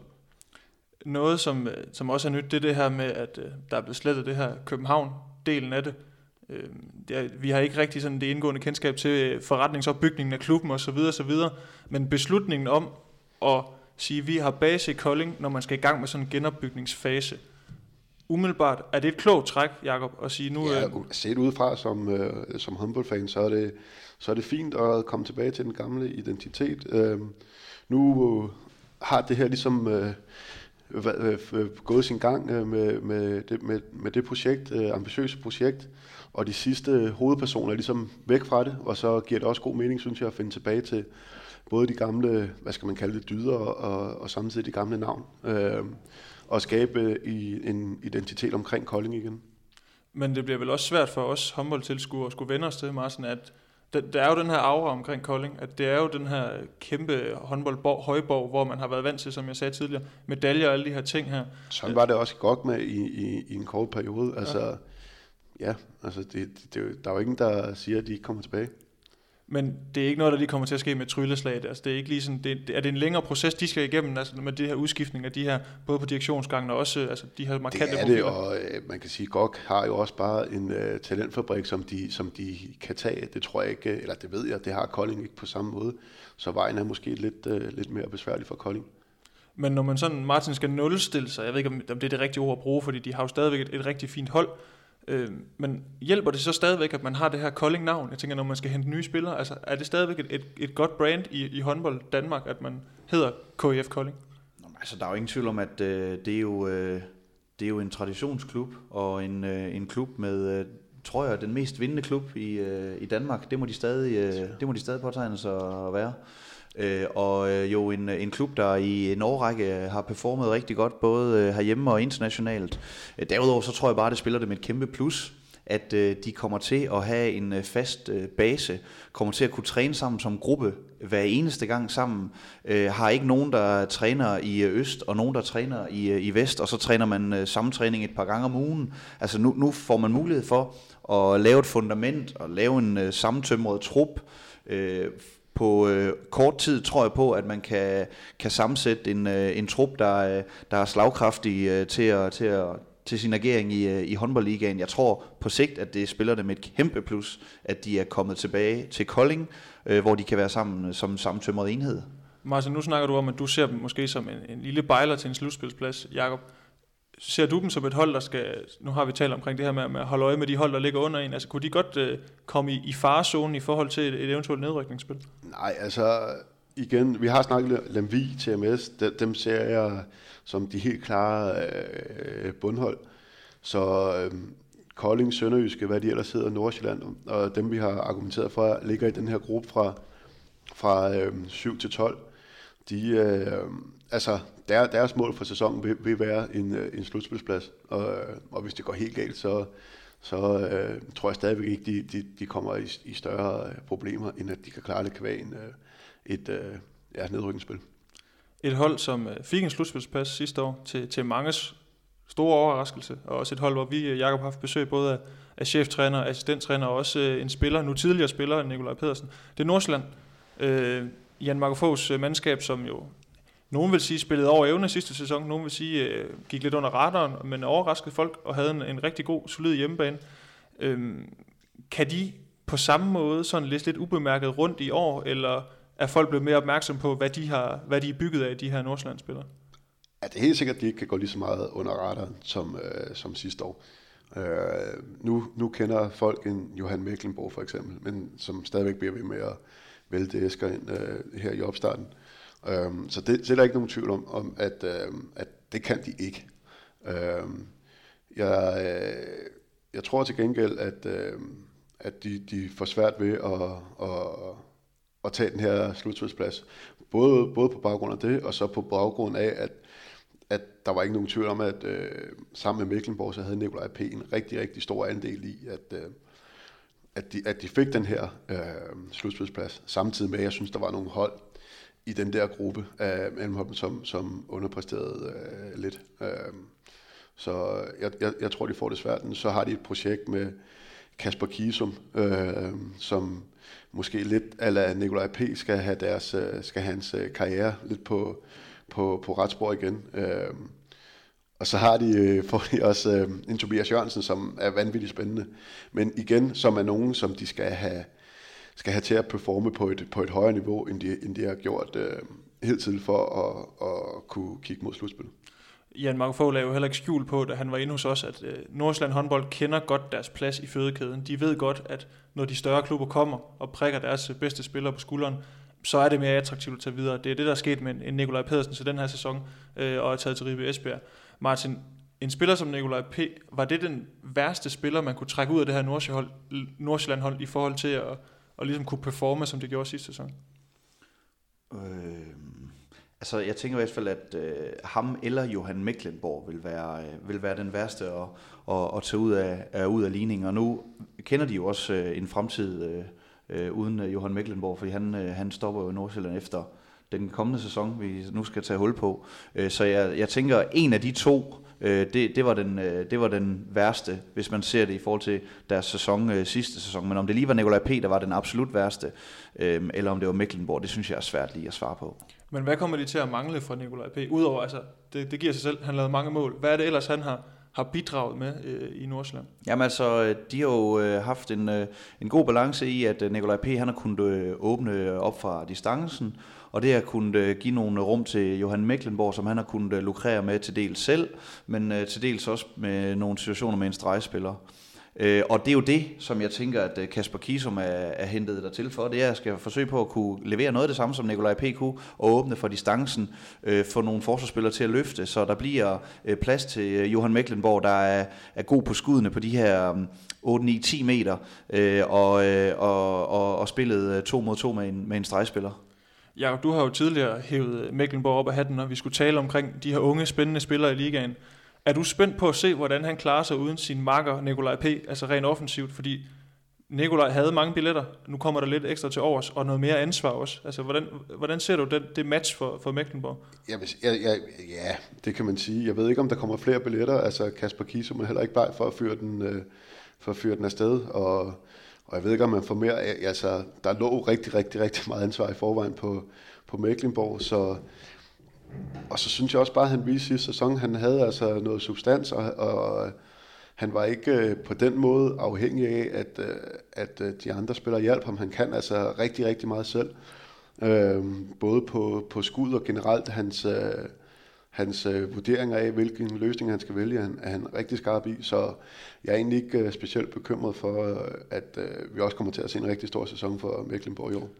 Noget, som, som også er nyt, det er det her med, at uh, der er blevet slettet det her København-delen af det. Uh, det er, vi har ikke rigtig sådan det indgående kendskab til forretningsopbygningen af klubben osv. osv. Men beslutningen om at sige, at vi har base i Kolding, når man skal i gang med sådan en genopbygningsfase. Umiddelbart, er det et klogt træk, Jacob, at sige nu... Ja, set udefra som, øh, som håndboldfan, så er, det, så er det fint at komme tilbage til den gamle identitet. Øh, nu, har det her ligesom øh, øh, øh, gået sin gang øh, med, med, det, med, med det projekt, øh, ambitiøse projekt, og de sidste hovedpersoner er ligesom væk fra det, og så giver det også god mening, synes jeg, at finde tilbage til både de gamle, hvad skal man kalde det, dyder, og, og samtidig de gamle navn, øh, og skabe i, en identitet omkring Kolding igen. Men det bliver vel også svært for os håndboldtilskuere at skulle vende os til, Martin, at der er jo den her aura omkring Kolding, at det er jo den her kæmpe håndboldborg, højborg, hvor man har været vant til, som jeg sagde tidligere, medaljer og alle de her ting her. Sådan var det også godt med i, i, i en kort periode. Altså, ja, ja altså det, det, det, der er jo ingen, der siger, at de ikke kommer tilbage. Men det er ikke noget, der lige kommer til at ske med trylleslag. Altså, det er ikke lige sådan, det, er det en længere proces, de skal igennem, altså med det her udskiftning af de her, både på direktionsgangen og også altså, de her markante profiler? Det er profiler. Det, og øh, man kan sige, at G O G har jo også bare en øh, talentfabrik, som de, som de kan tage. Det tror jeg ikke, eller det ved jeg, det har Kolding ikke på samme måde. Så vejen er måske lidt, øh, lidt mere besværlig for Kolding. Men når man sådan, Martin, skal nulstille sig, jeg ved ikke, om det er det rigtige ord at bruge, fordi de har jo stadigvæk et, et rigtig fint hold. Øh, men hjælper det så stadigvæk, at man har det her Kolding-navn? Jeg tænker, når man skal hente nye spillere, altså er det stadigvæk et, et, et godt brand i, i håndbold Danmark, at man hedder K I F Kolding? Nå, altså, der er jo ingen tvivl om, at øh, det, er jo, øh, det er jo en traditionsklub, og en, øh, en klub med, øh, tror jeg, den mest vindende klub i, øh, i Danmark. Det må de stadig, øh, det må de stadig påtegne sig at være. Øh, og øh, jo en, en klub, der i en årrække har performet rigtig godt, både øh, herhjemme og internationalt. Øh, derudover så tror jeg bare, at det spiller det med et kæmpe plus, at øh, de kommer til at have en øh, fast øh, base, kommer til at kunne træne sammen som gruppe hver eneste gang sammen. Øh, har ikke nogen, der træner i øh, øst, og nogen, der træner i, øh, i vest, og så træner man øh, sammentræning et par gange om ugen. Altså nu, nu får man mulighed for at lave et fundament, og lave en øh, sammentømret trup, øh, på øh, kort tid tror jeg på, at man kan, kan sammensætte en, øh, en trup, der, der er slagkraftig øh, til, at, til, at, til sin agering i, øh, i håndboldligaen. Jeg tror på sigt, at det spiller det med et kæmpe plus, at de er kommet tilbage til Kolding, øh, hvor de kan være sammen som sammentømret enhed. Martin, nu snakker du om, at du ser dem måske som en, en lille bejler til en slutspilsplads. Jakob, ser du dem som et hold, der skal, nu har vi talt omkring det her med, med at holde øje med de hold, der ligger under en, altså kunne de godt øh, komme i, i farezonen i forhold til et, et eventuelt nedrykningsspil? Nej, altså igen, vi har snakket Lemvig, T M S, dem, dem ser jeg som de helt klare øh, bundhold. Så øh, Kolding, Sønderjyske, hvad de ellers hedder, Nordsjælland, og dem vi har argumenteret for, ligger i den her gruppe fra, fra øh, syv til tolv. De, øh, altså, der, deres mål for sæsonen vil, vil være en, en slutspilsplads, og, og hvis det går helt galt, så, så øh, tror jeg stadigvæk ikke, de, de, de kommer i, i større problemer, end at de kan klare det kvæg en, et øh, ja, nedrykningsspil. Et hold, som fik en slutspilsplads sidste år til, til manges store overraskelse, og også et hold, hvor vi, Jakob, har haft besøg både af, af cheftræner, assistenttræner og også en spiller, nu tidligere spiller, Nikolaj Pedersen. Det er Nordsjælland. Øh, Jan Marco Foghs mandskab, som jo nogen vil sige spillede over evne sidste sæson, nogen vil sige øh, gik lidt under radaren, men overraskede folk og havde en, en rigtig god, solid hjemmebane. Øhm, kan de på samme måde sådan lidt, lidt ubemærket rundt i år, eller er folk blevet mere opmærksom på, hvad de, har, hvad de er bygget af, de her Nordsjælland-spillere? Ja, det er helt sikkert, at de ikke kan gå lige så meget under radaren som, øh, som sidste år. Øh, nu, nu kender folk en Johan Mecklenborg for eksempel, men som stadigvæk bliver ved med at vælte æsker ind øh, her i opstarten. Um, så det, det er der ikke nogen tvivl om, om at, uh, at det kan de ikke. Uh, jeg, uh, jeg tror til gengæld, at, uh, at de, de får svært ved at, at, at tage den her slutspilsplads. Både, både på baggrund af det, og så på baggrund af, at, at der var ikke nogen tvivl om, at uh, sammen med Mecklenborg, så havde Nikolaj P. en rigtig, rigtig stor andel i, at, uh, at, de, at de fik den her uh, slutspilsplads. Samtidig med, at jeg synes, der var nogle hold i den der gruppe af mellemhoppen, som, som underpræsterede øh, lidt. Øh, så jeg, jeg, jeg tror, de får det svært. Så har de et projekt med Kasper Kisum, øh, som måske lidt ala Nikolaj P. skal have, deres, skal have hans karriere lidt på, på, på ret spor igen. Øh, og så har de, får de også øh, en Tobias Jørgensen, som er vanvittigt spændende. Men igen, som er nogen, som de skal have skal have til at performe på et, på et højere niveau, end de, end de har gjort øh, hidtil for at, at kunne kigge mod slutspillet. Jan Marco Fogh lavede jo heller ikke skjul på, da han var inde hos os, at øh, Nordsjælland håndbold kender godt deres plads i fødekæden. De ved godt, at når de større klubber kommer og prikker deres bedste spillere på skulderen, så er det mere attraktivt at tage videre. Det er det, der er sket med en Nikolaj Pedersen til den her sæson, øh, og er taget til Ribe Esbjerg. Martin, en spiller som Nikolaj P., var det den værste spiller, man kunne trække ud af det her Nordsjælland-hold, Nordsjælland-hold i forhold til at, at ligesom kunne performe, som det gjorde sidste sæson? Øh, altså, jeg tænker i hvert fald, at øh, ham eller Johan Mecklenborg vil være, øh, vil være den værste at, at, at tage ud af, af, ud af ligningen. Og nu kender de jo også øh, en fremtid øh, øh, uden øh, Johan Mecklenborg, fordi han, øh, han stopper jo i Nordsjælland efter den kommende sæson, vi nu skal tage hul på. Øh, så jeg, jeg tænker, en af de to, øh, det, det, var den, øh, det var den værste, hvis man ser det i forhold til deres sæson, øh, sidste sæson. Men om det lige var Nikolaj P., der var den absolut værste, øh, eller om det var Mecklenborg, det synes jeg er svært lige at svare på. Men hvad kommer de til at mangle fra Nikolaj P.? Udover, altså, det, det giver sig selv, han lavede mange mål. Hvad er det ellers, han har, har bidraget med øh, i Nordsjælland? Jamen altså, de har jo øh, haft en, øh, en god balance i, at øh, Nikolaj P. han har kunnet øh, åbne op fra distancen, og det har kunnet øh, give nogle rum til Johan Mecklenborg, som han har kunnet øh, lukrere med til dels selv, men øh, til dels også med nogle situationer med en stregspiller. Øh, og det er jo det, som jeg tænker, at Kasper Kisum er, er hentet der til for. Det er, at jeg skal forsøge på at kunne levere noget af det samme, som Nikolaj P. kunne, og åbne for distancen, øh, få nogle forsvarsspillere til at løfte, så der bliver øh, plads til Johan Mecklenborg, der er, er god på skuddene på de her otte ni ti meter, øh, og, øh, og, og, og spillet to mod to med en, med en stregspiller. Ja, du har jo tidligere hævet Mecklenborg op af hatten, når vi skulle tale omkring de her unge, spændende spillere i ligaen. Er du spændt på at se, hvordan han klarer sig uden sin makker Nikolaj P., altså rent offensivt? Fordi Nikolaj havde mange billetter, nu kommer der lidt ekstra til overs, og noget mere ansvar også. Altså, hvordan, hvordan ser du det, det match for, for Mecklenborg? Ja, ja, ja, ja, det kan man sige. Jeg ved ikke, om der kommer flere billetter. Altså, Kasper Kisum er heller ikke bare for at fyre den, øh, for at fyre den afsted, og, og jeg ved ikke, om man får mere. Altså, der lå rigtig, rigtig, rigtig meget ansvar i forvejen på, på Mecklenborg, så... Og så synes jeg også bare, at han viste sidste sæson, han havde altså noget substans, og, og han var ikke på den måde afhængig af, at, at de andre spillere hjalp ham. Han kan altså rigtig, rigtig meget selv. Øhm, både på, på skud og generelt hans, hans vurderinger af, hvilken løsning han skal vælge, er han rigtig skarp i. Så jeg er egentlig ikke specielt bekymret for, at vi også kommer til at se en rigtig stor sæson for Mecklenborg i år.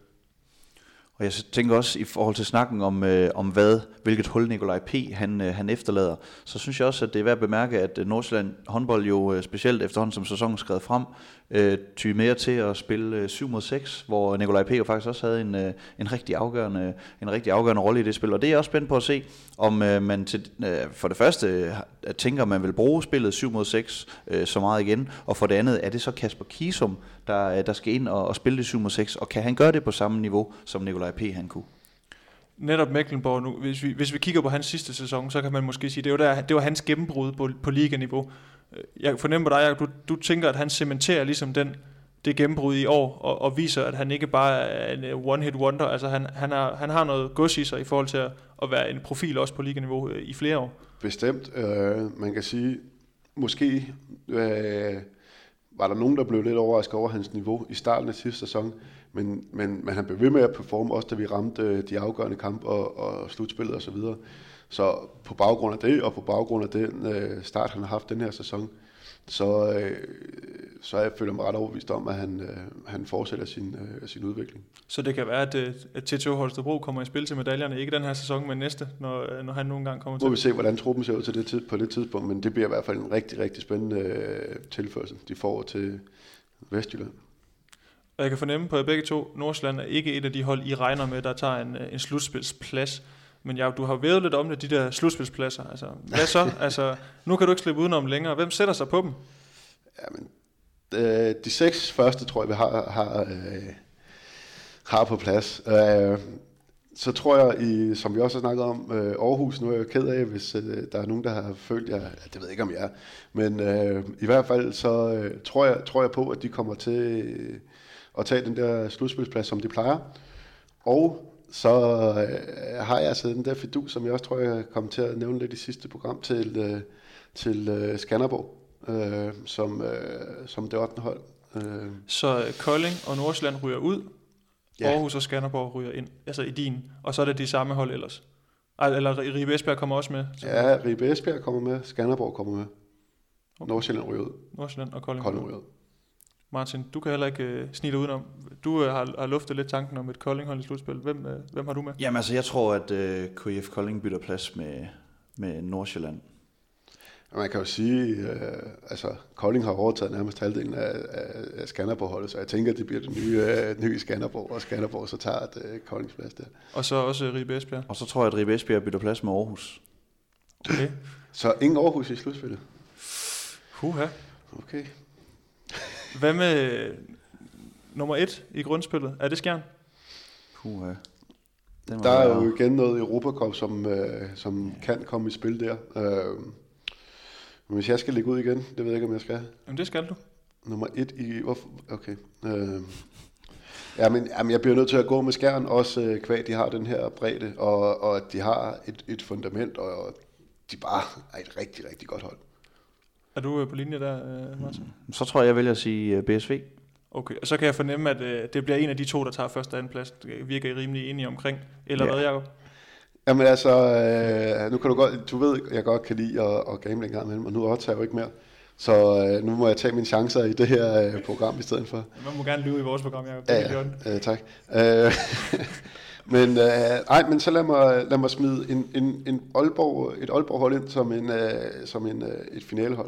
Og jeg tænker også i forhold til snakken om, øh, om hvad, hvilket hul Nikolaj P. Han, øh, han efterlader, så synes jeg også, at det er værd at bemærke, at Nordsjælland håndbold jo øh, specielt efterhånden som sæsonen skrevet frem, øh, tyde mere til at spille øh, syv mod seks, hvor Nikolaj P. jo faktisk også havde en, øh, en, rigtig afgørende, en rigtig afgørende rolle i det spil. Og det er jeg også spændt på at se, om øh, man til, øh, for det første øh, tænker, at man vil bruge spillet syv mod seks øh, så meget igen, og for det andet, er det så Kasper Kisum, der, der skal ind og, og spille det syv mod seks, og kan han gøre det på samme niveau, som Nikolaj P. han kunne? Netop Mecklenborg, nu, hvis, vi, hvis vi kigger på hans sidste sæson, så kan man måske sige, det var, der, det var hans gennembrud på, på liganiveau. Jeg fornemmer dig, at du, du tænker, at han cementerer ligesom den, det gennembrud i år, og, og viser, at han ikke bare er en one-hit wonder. Altså han, han, er, han har noget gods i sig i forhold til at, at være en profil også på liganiveau i flere år. Bestemt. Øh, man kan sige, måske øh, var der nogen, der blev lidt overrasket over hans niveau i starten af sidste sæson, men, men, men han blev ved med at performe, også da vi ramte de afgørende kampe og, og slutspillet osv. Så, videre. Så på baggrund af det, og på baggrund af den øh, start, han har haft den her sæson, så, øh, så jeg føler mig ret overbevist om, at han, øh, han fortsætter sin, øh, sin udvikling. Så det kan være, at, at T T H Holstebro kommer i spil til medaljerne, ikke den her sæson, men næste, når, når han nogle gange kommer til? Må vi se, hvordan truppen ser ud til det tid, på det tidspunkt, men det bliver i hvert fald en rigtig, rigtig spændende øh, tilførsel, de får til Vestjylland. Og jeg kan fornemme på begge to, Nordsjælland er ikke et af de hold, I regner med, der tager en, en slutspilsplads. Men ja, du har vævet lidt om det, de der slutspilspladser. Altså, hvad så? Altså, nu kan du ikke slippe udenom længere. Hvem sætter sig på dem? Jamen, de, de seks første, tror jeg, vi har, har, øh, har på plads. Øh, så tror jeg, i, som vi også har snakket om, øh, Aarhus, nu er jeg ked af, hvis øh, der er nogen, der har følt, jeg, det ved jeg ikke, om jeg er. Men øh, i hvert fald, så øh, tror, jeg, tror jeg på, at de kommer til øh, at tage den der slutspilsplads, som de plejer. Og så øh, har jeg altså den der fidus, som jeg også tror, jeg kommer til at nævne lidt i sidste program, til, øh, til øh, Skanderborg, øh, som, øh, som det ottende hold. Øh. Så Kolding og Nordsjælland ryger ud, ja. Aarhus og Skanderborg ryger ind, altså i din, og så er det de samme hold ellers. Eller Ribe Esbjerg kommer også med? Ja, Ribe Esbjerg kommer med, Skanderborg kommer med, okay. Nordsjælland ryger ud. Nordsjælland og Kolding, Kolding ryger ud. Martin, du kan heller ikke øh, snige dig udenom. Du øh, har, har luftet lidt tanken om et Kolding-hold i slutspil. Hvem, øh, hvem har du med? Jamen altså, jeg tror, at øh, K I F Kolding bytter plads med, med Nordsjælland. Man kan jo sige, øh, altså Kolding har overtaget nærmest halvdelen af, af, af Skanderborg-holdet, så jeg tænker, at det bliver det nye, øh, nye Skanderborg, og Skanderborg så tager et øh, Koldings plads der. Og så også øh, Ribe Esbjerg. Og så tror jeg, at Ribe Esbjerg bytter plads med Aarhus. Okay. Så ingen Aarhus i slutspillet? Huha. Okay. Hvad med nummer et i grundspillet? Er det Skjern? Puha. Der er jo igen noget i Europacup, som, øh, som kan komme i spil der. Øh, men hvis jeg skal lægge ud igen, det ved jeg ikke, om jeg skal. Jamen det skal du. Nummer et i... Hvorfor? Okay. Øh, jamen, jamen, jeg bliver nødt til at gå med Skjern, også øh, kvad, de har den her bredde, og, og at de har et, et fundament, og de bare er et rigtig, rigtig godt hold. Er du på linje der, Martin? Så tror jeg, jeg vælger at sige B S V. Okay, og så kan jeg fornemme, at øh, det bliver en af de to, der tager første og anden plads. Det virker I rimelig enige omkring. Eller ja. Hvad, Jacob? Jamen altså, øh, nu kan du godt, du ved, jeg godt kan lide at, at gamble en gang imellem, og nu odds jeg jo ikke mere. Så øh, nu må jeg tage mine chancer i det her øh, program i stedet for. Man må gerne lyve i vores program, Jacob. Ja, ja, øh, tak. Øh, men øh, ej, men så lad mig, lad mig smide en, en, en Aalborg, et Aalborg-hold ind som, en, øh, som en, øh, et finalehold.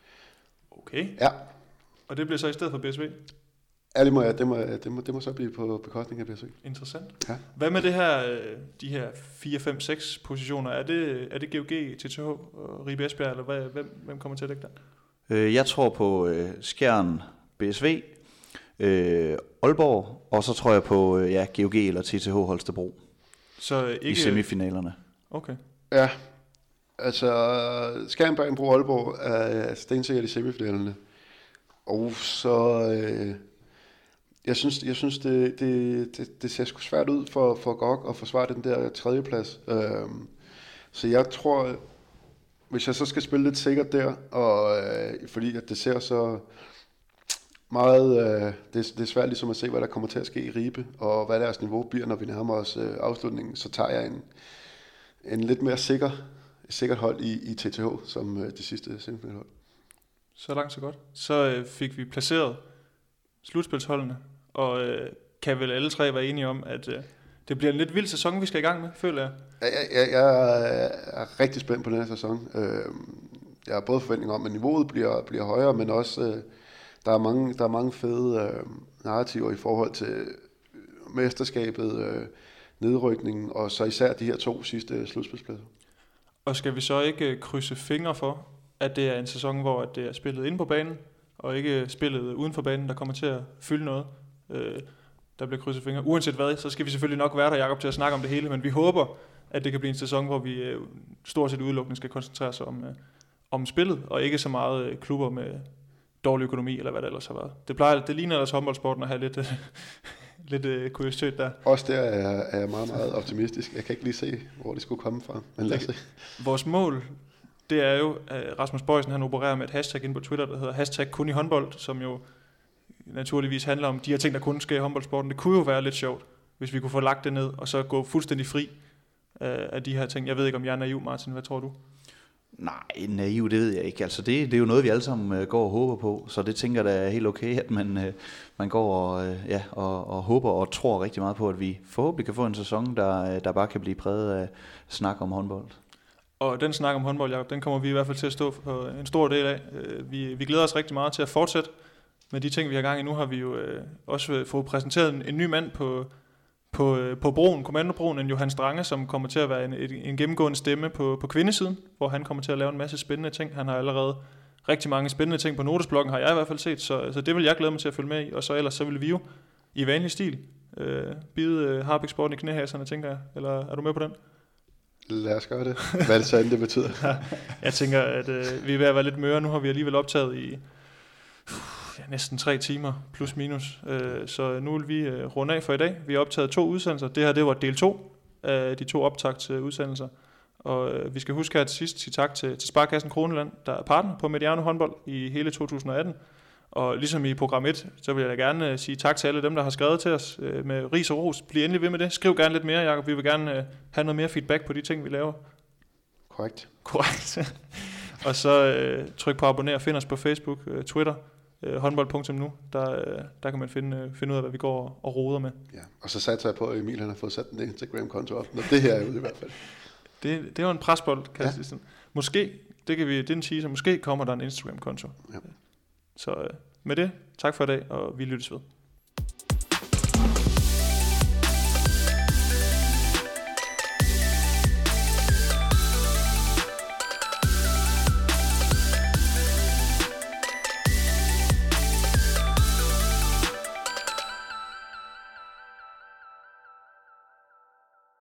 Okay. Ja. Og det bliver så i stedet for B S V? Ja, det må, det må, det må, det må så blive på bekostning af B S V. Interessant. Ja. Hvad med det her, de her fire, fem, seks positioner? Er det, er det G O G, T T H og Ribe Esbjerg, eller hvad, hvem, hvem kommer til at dække der? Jeg tror på øh, Skjern, B S V, øh, Aalborg, og så tror jeg på øh, ja, G O G eller T T H Holstebro. Så ikke... I semifinalerne. Okay. Ja, altså Skjern, Bjerringbro, Aalborg er stensikkert i semifinalerne. Og så... Øh, Jeg synes, jeg synes det, det, det, det ser sgu svært ud for, for G O G at forsvare den der tredjeplads. Øhm, så jeg tror, hvis jeg så skal spille lidt sikkert der, og øh, fordi at det ser så meget, øh, det, det er svært ligesom at se, hvad der kommer til at ske i Ribe, og hvad deres niveau bliver, når vi nærmer os øh, afslutningen, så tager jeg en, en lidt mere sikker, sikkert hold i, i T T H, som øh, det sidste semifinalhold. Så langt så godt. Så øh, fik vi placeret slutspilsholdene, og øh, kan vel alle tre være enige om, at øh, det bliver en lidt vild sæson, vi skal i gang med, føler jeg. Jeg, jeg, jeg er rigtig spændt på den her sæson. Jeg har både forventning om, at niveauet bliver, bliver højere, men også, der er mange, der er mange fede øh, narrativer i forhold til mesterskabet, øh, nedrykningen, og så især de her to sidste slutspilspladser. Og skal vi så ikke krydse fingre for, at det er en sæson, hvor det er spillet inde på banen, og ikke spillet uden for banen, der kommer til at fylde noget, øh, der bliver krydset fingre. Uanset hvad, så skal vi selvfølgelig nok være der, Jacob, til at snakke om det hele, men vi håber, at det kan blive en sæson, hvor vi øh, stort set udelukkende skal koncentrere os om, øh, om spillet, og ikke så meget øh, klubber med dårlig økonomi, eller hvad det ellers har været. Det, plejer, det ligner ellers håndboldsporten at have lidt, øh, lidt øh, kuriositet der. Også der er, er jeg meget, meget optimistisk. Jeg kan ikke lige se, hvor det skulle komme fra, men lad os se. Vores mål, det er jo, at Rasmus Bøjsen han opererer med et hashtag inde på Twitter, der hedder hashtag kun i håndbold, som jo naturligvis handler om de her ting, der kun sker i håndboldsporten. Det kunne jo være lidt sjovt, hvis vi kunne få lagt det ned, og så gå fuldstændig fri af, af de her ting. Jeg ved ikke, om jeg er naiv, Martin. Hvad tror du? Nej, naiv, det ved jeg ikke. Altså det, det er jo noget, vi alle sammen uh, går og håber på, så det tænker jeg, det er helt okay, at man, uh, man går og, uh, ja, og, og håber og tror rigtig meget på, at vi forhåbentlig kan få en sæson, der, der bare kan blive præget af snak om håndbold. Og den snak om håndbold, Jacob, den kommer vi i hvert fald til at stå på en stor del af. Vi, vi glæder os rigtig meget til at fortsætte med de ting, vi har gang i. Nu har vi jo øh, også fået præsenteret en, en ny mand på, på, på broen, kommandobroen, en Johan Strange, som kommer til at være en, en gennemgående stemme på, på kvindesiden, hvor han kommer til at lave en masse spændende ting. Han har allerede rigtig mange spændende ting på Notesbloggen, har jeg i hvert fald set, så, så det vil jeg glæde mig til at følge med i. Og så ellers så vil vi jo i vanlig stil øh, bide øh, Harpik Sporten i knæhaserne, tænker jeg. Eller er du med på den? Lad os gøre det. Hvad det så end det betyder. Jeg tænker, at øh, vi er ved at være lidt møre. Nu har vi alligevel optaget i uh, ja, næsten tre timer, plus minus. Øh, så nu vil vi øh, runde af for i dag. Vi har optaget to udsendelser. Det her, det var del to af de to optagtsudsendelser. Og øh, vi skal huske her til sidst sige tak til, til Sparkassen Kroneland, der er partner på Mediano håndbold i hele to tusind atten. Og ligesom i program et, så vil jeg da gerne uh, sige tak til alle dem, der har skrevet til os uh, med ris og ros. Bliv endelig ved med det. Skriv gerne lidt mere, Jacob. Vi vil gerne uh, have noget mere feedback på de ting, vi laver. Korrekt. Korrekt. Og så uh, tryk på abonner og find os på Facebook, uh, Twitter, øh, håndbold punktum nu. Der, øh, der kan man finde, finde ud af, hvad vi går og roder med. Ja, og så satser jeg på, at Emil han har fået sat en Instagram-konto op, når det her er ude i hvert fald. Det, det var en presbold, kan ja. jeg sige. Måske, det kan vi, det er en teaser, måske kommer der en Instagram-konto. Ja. Så øh, med det, tak for i dag, og vi lyttes ved.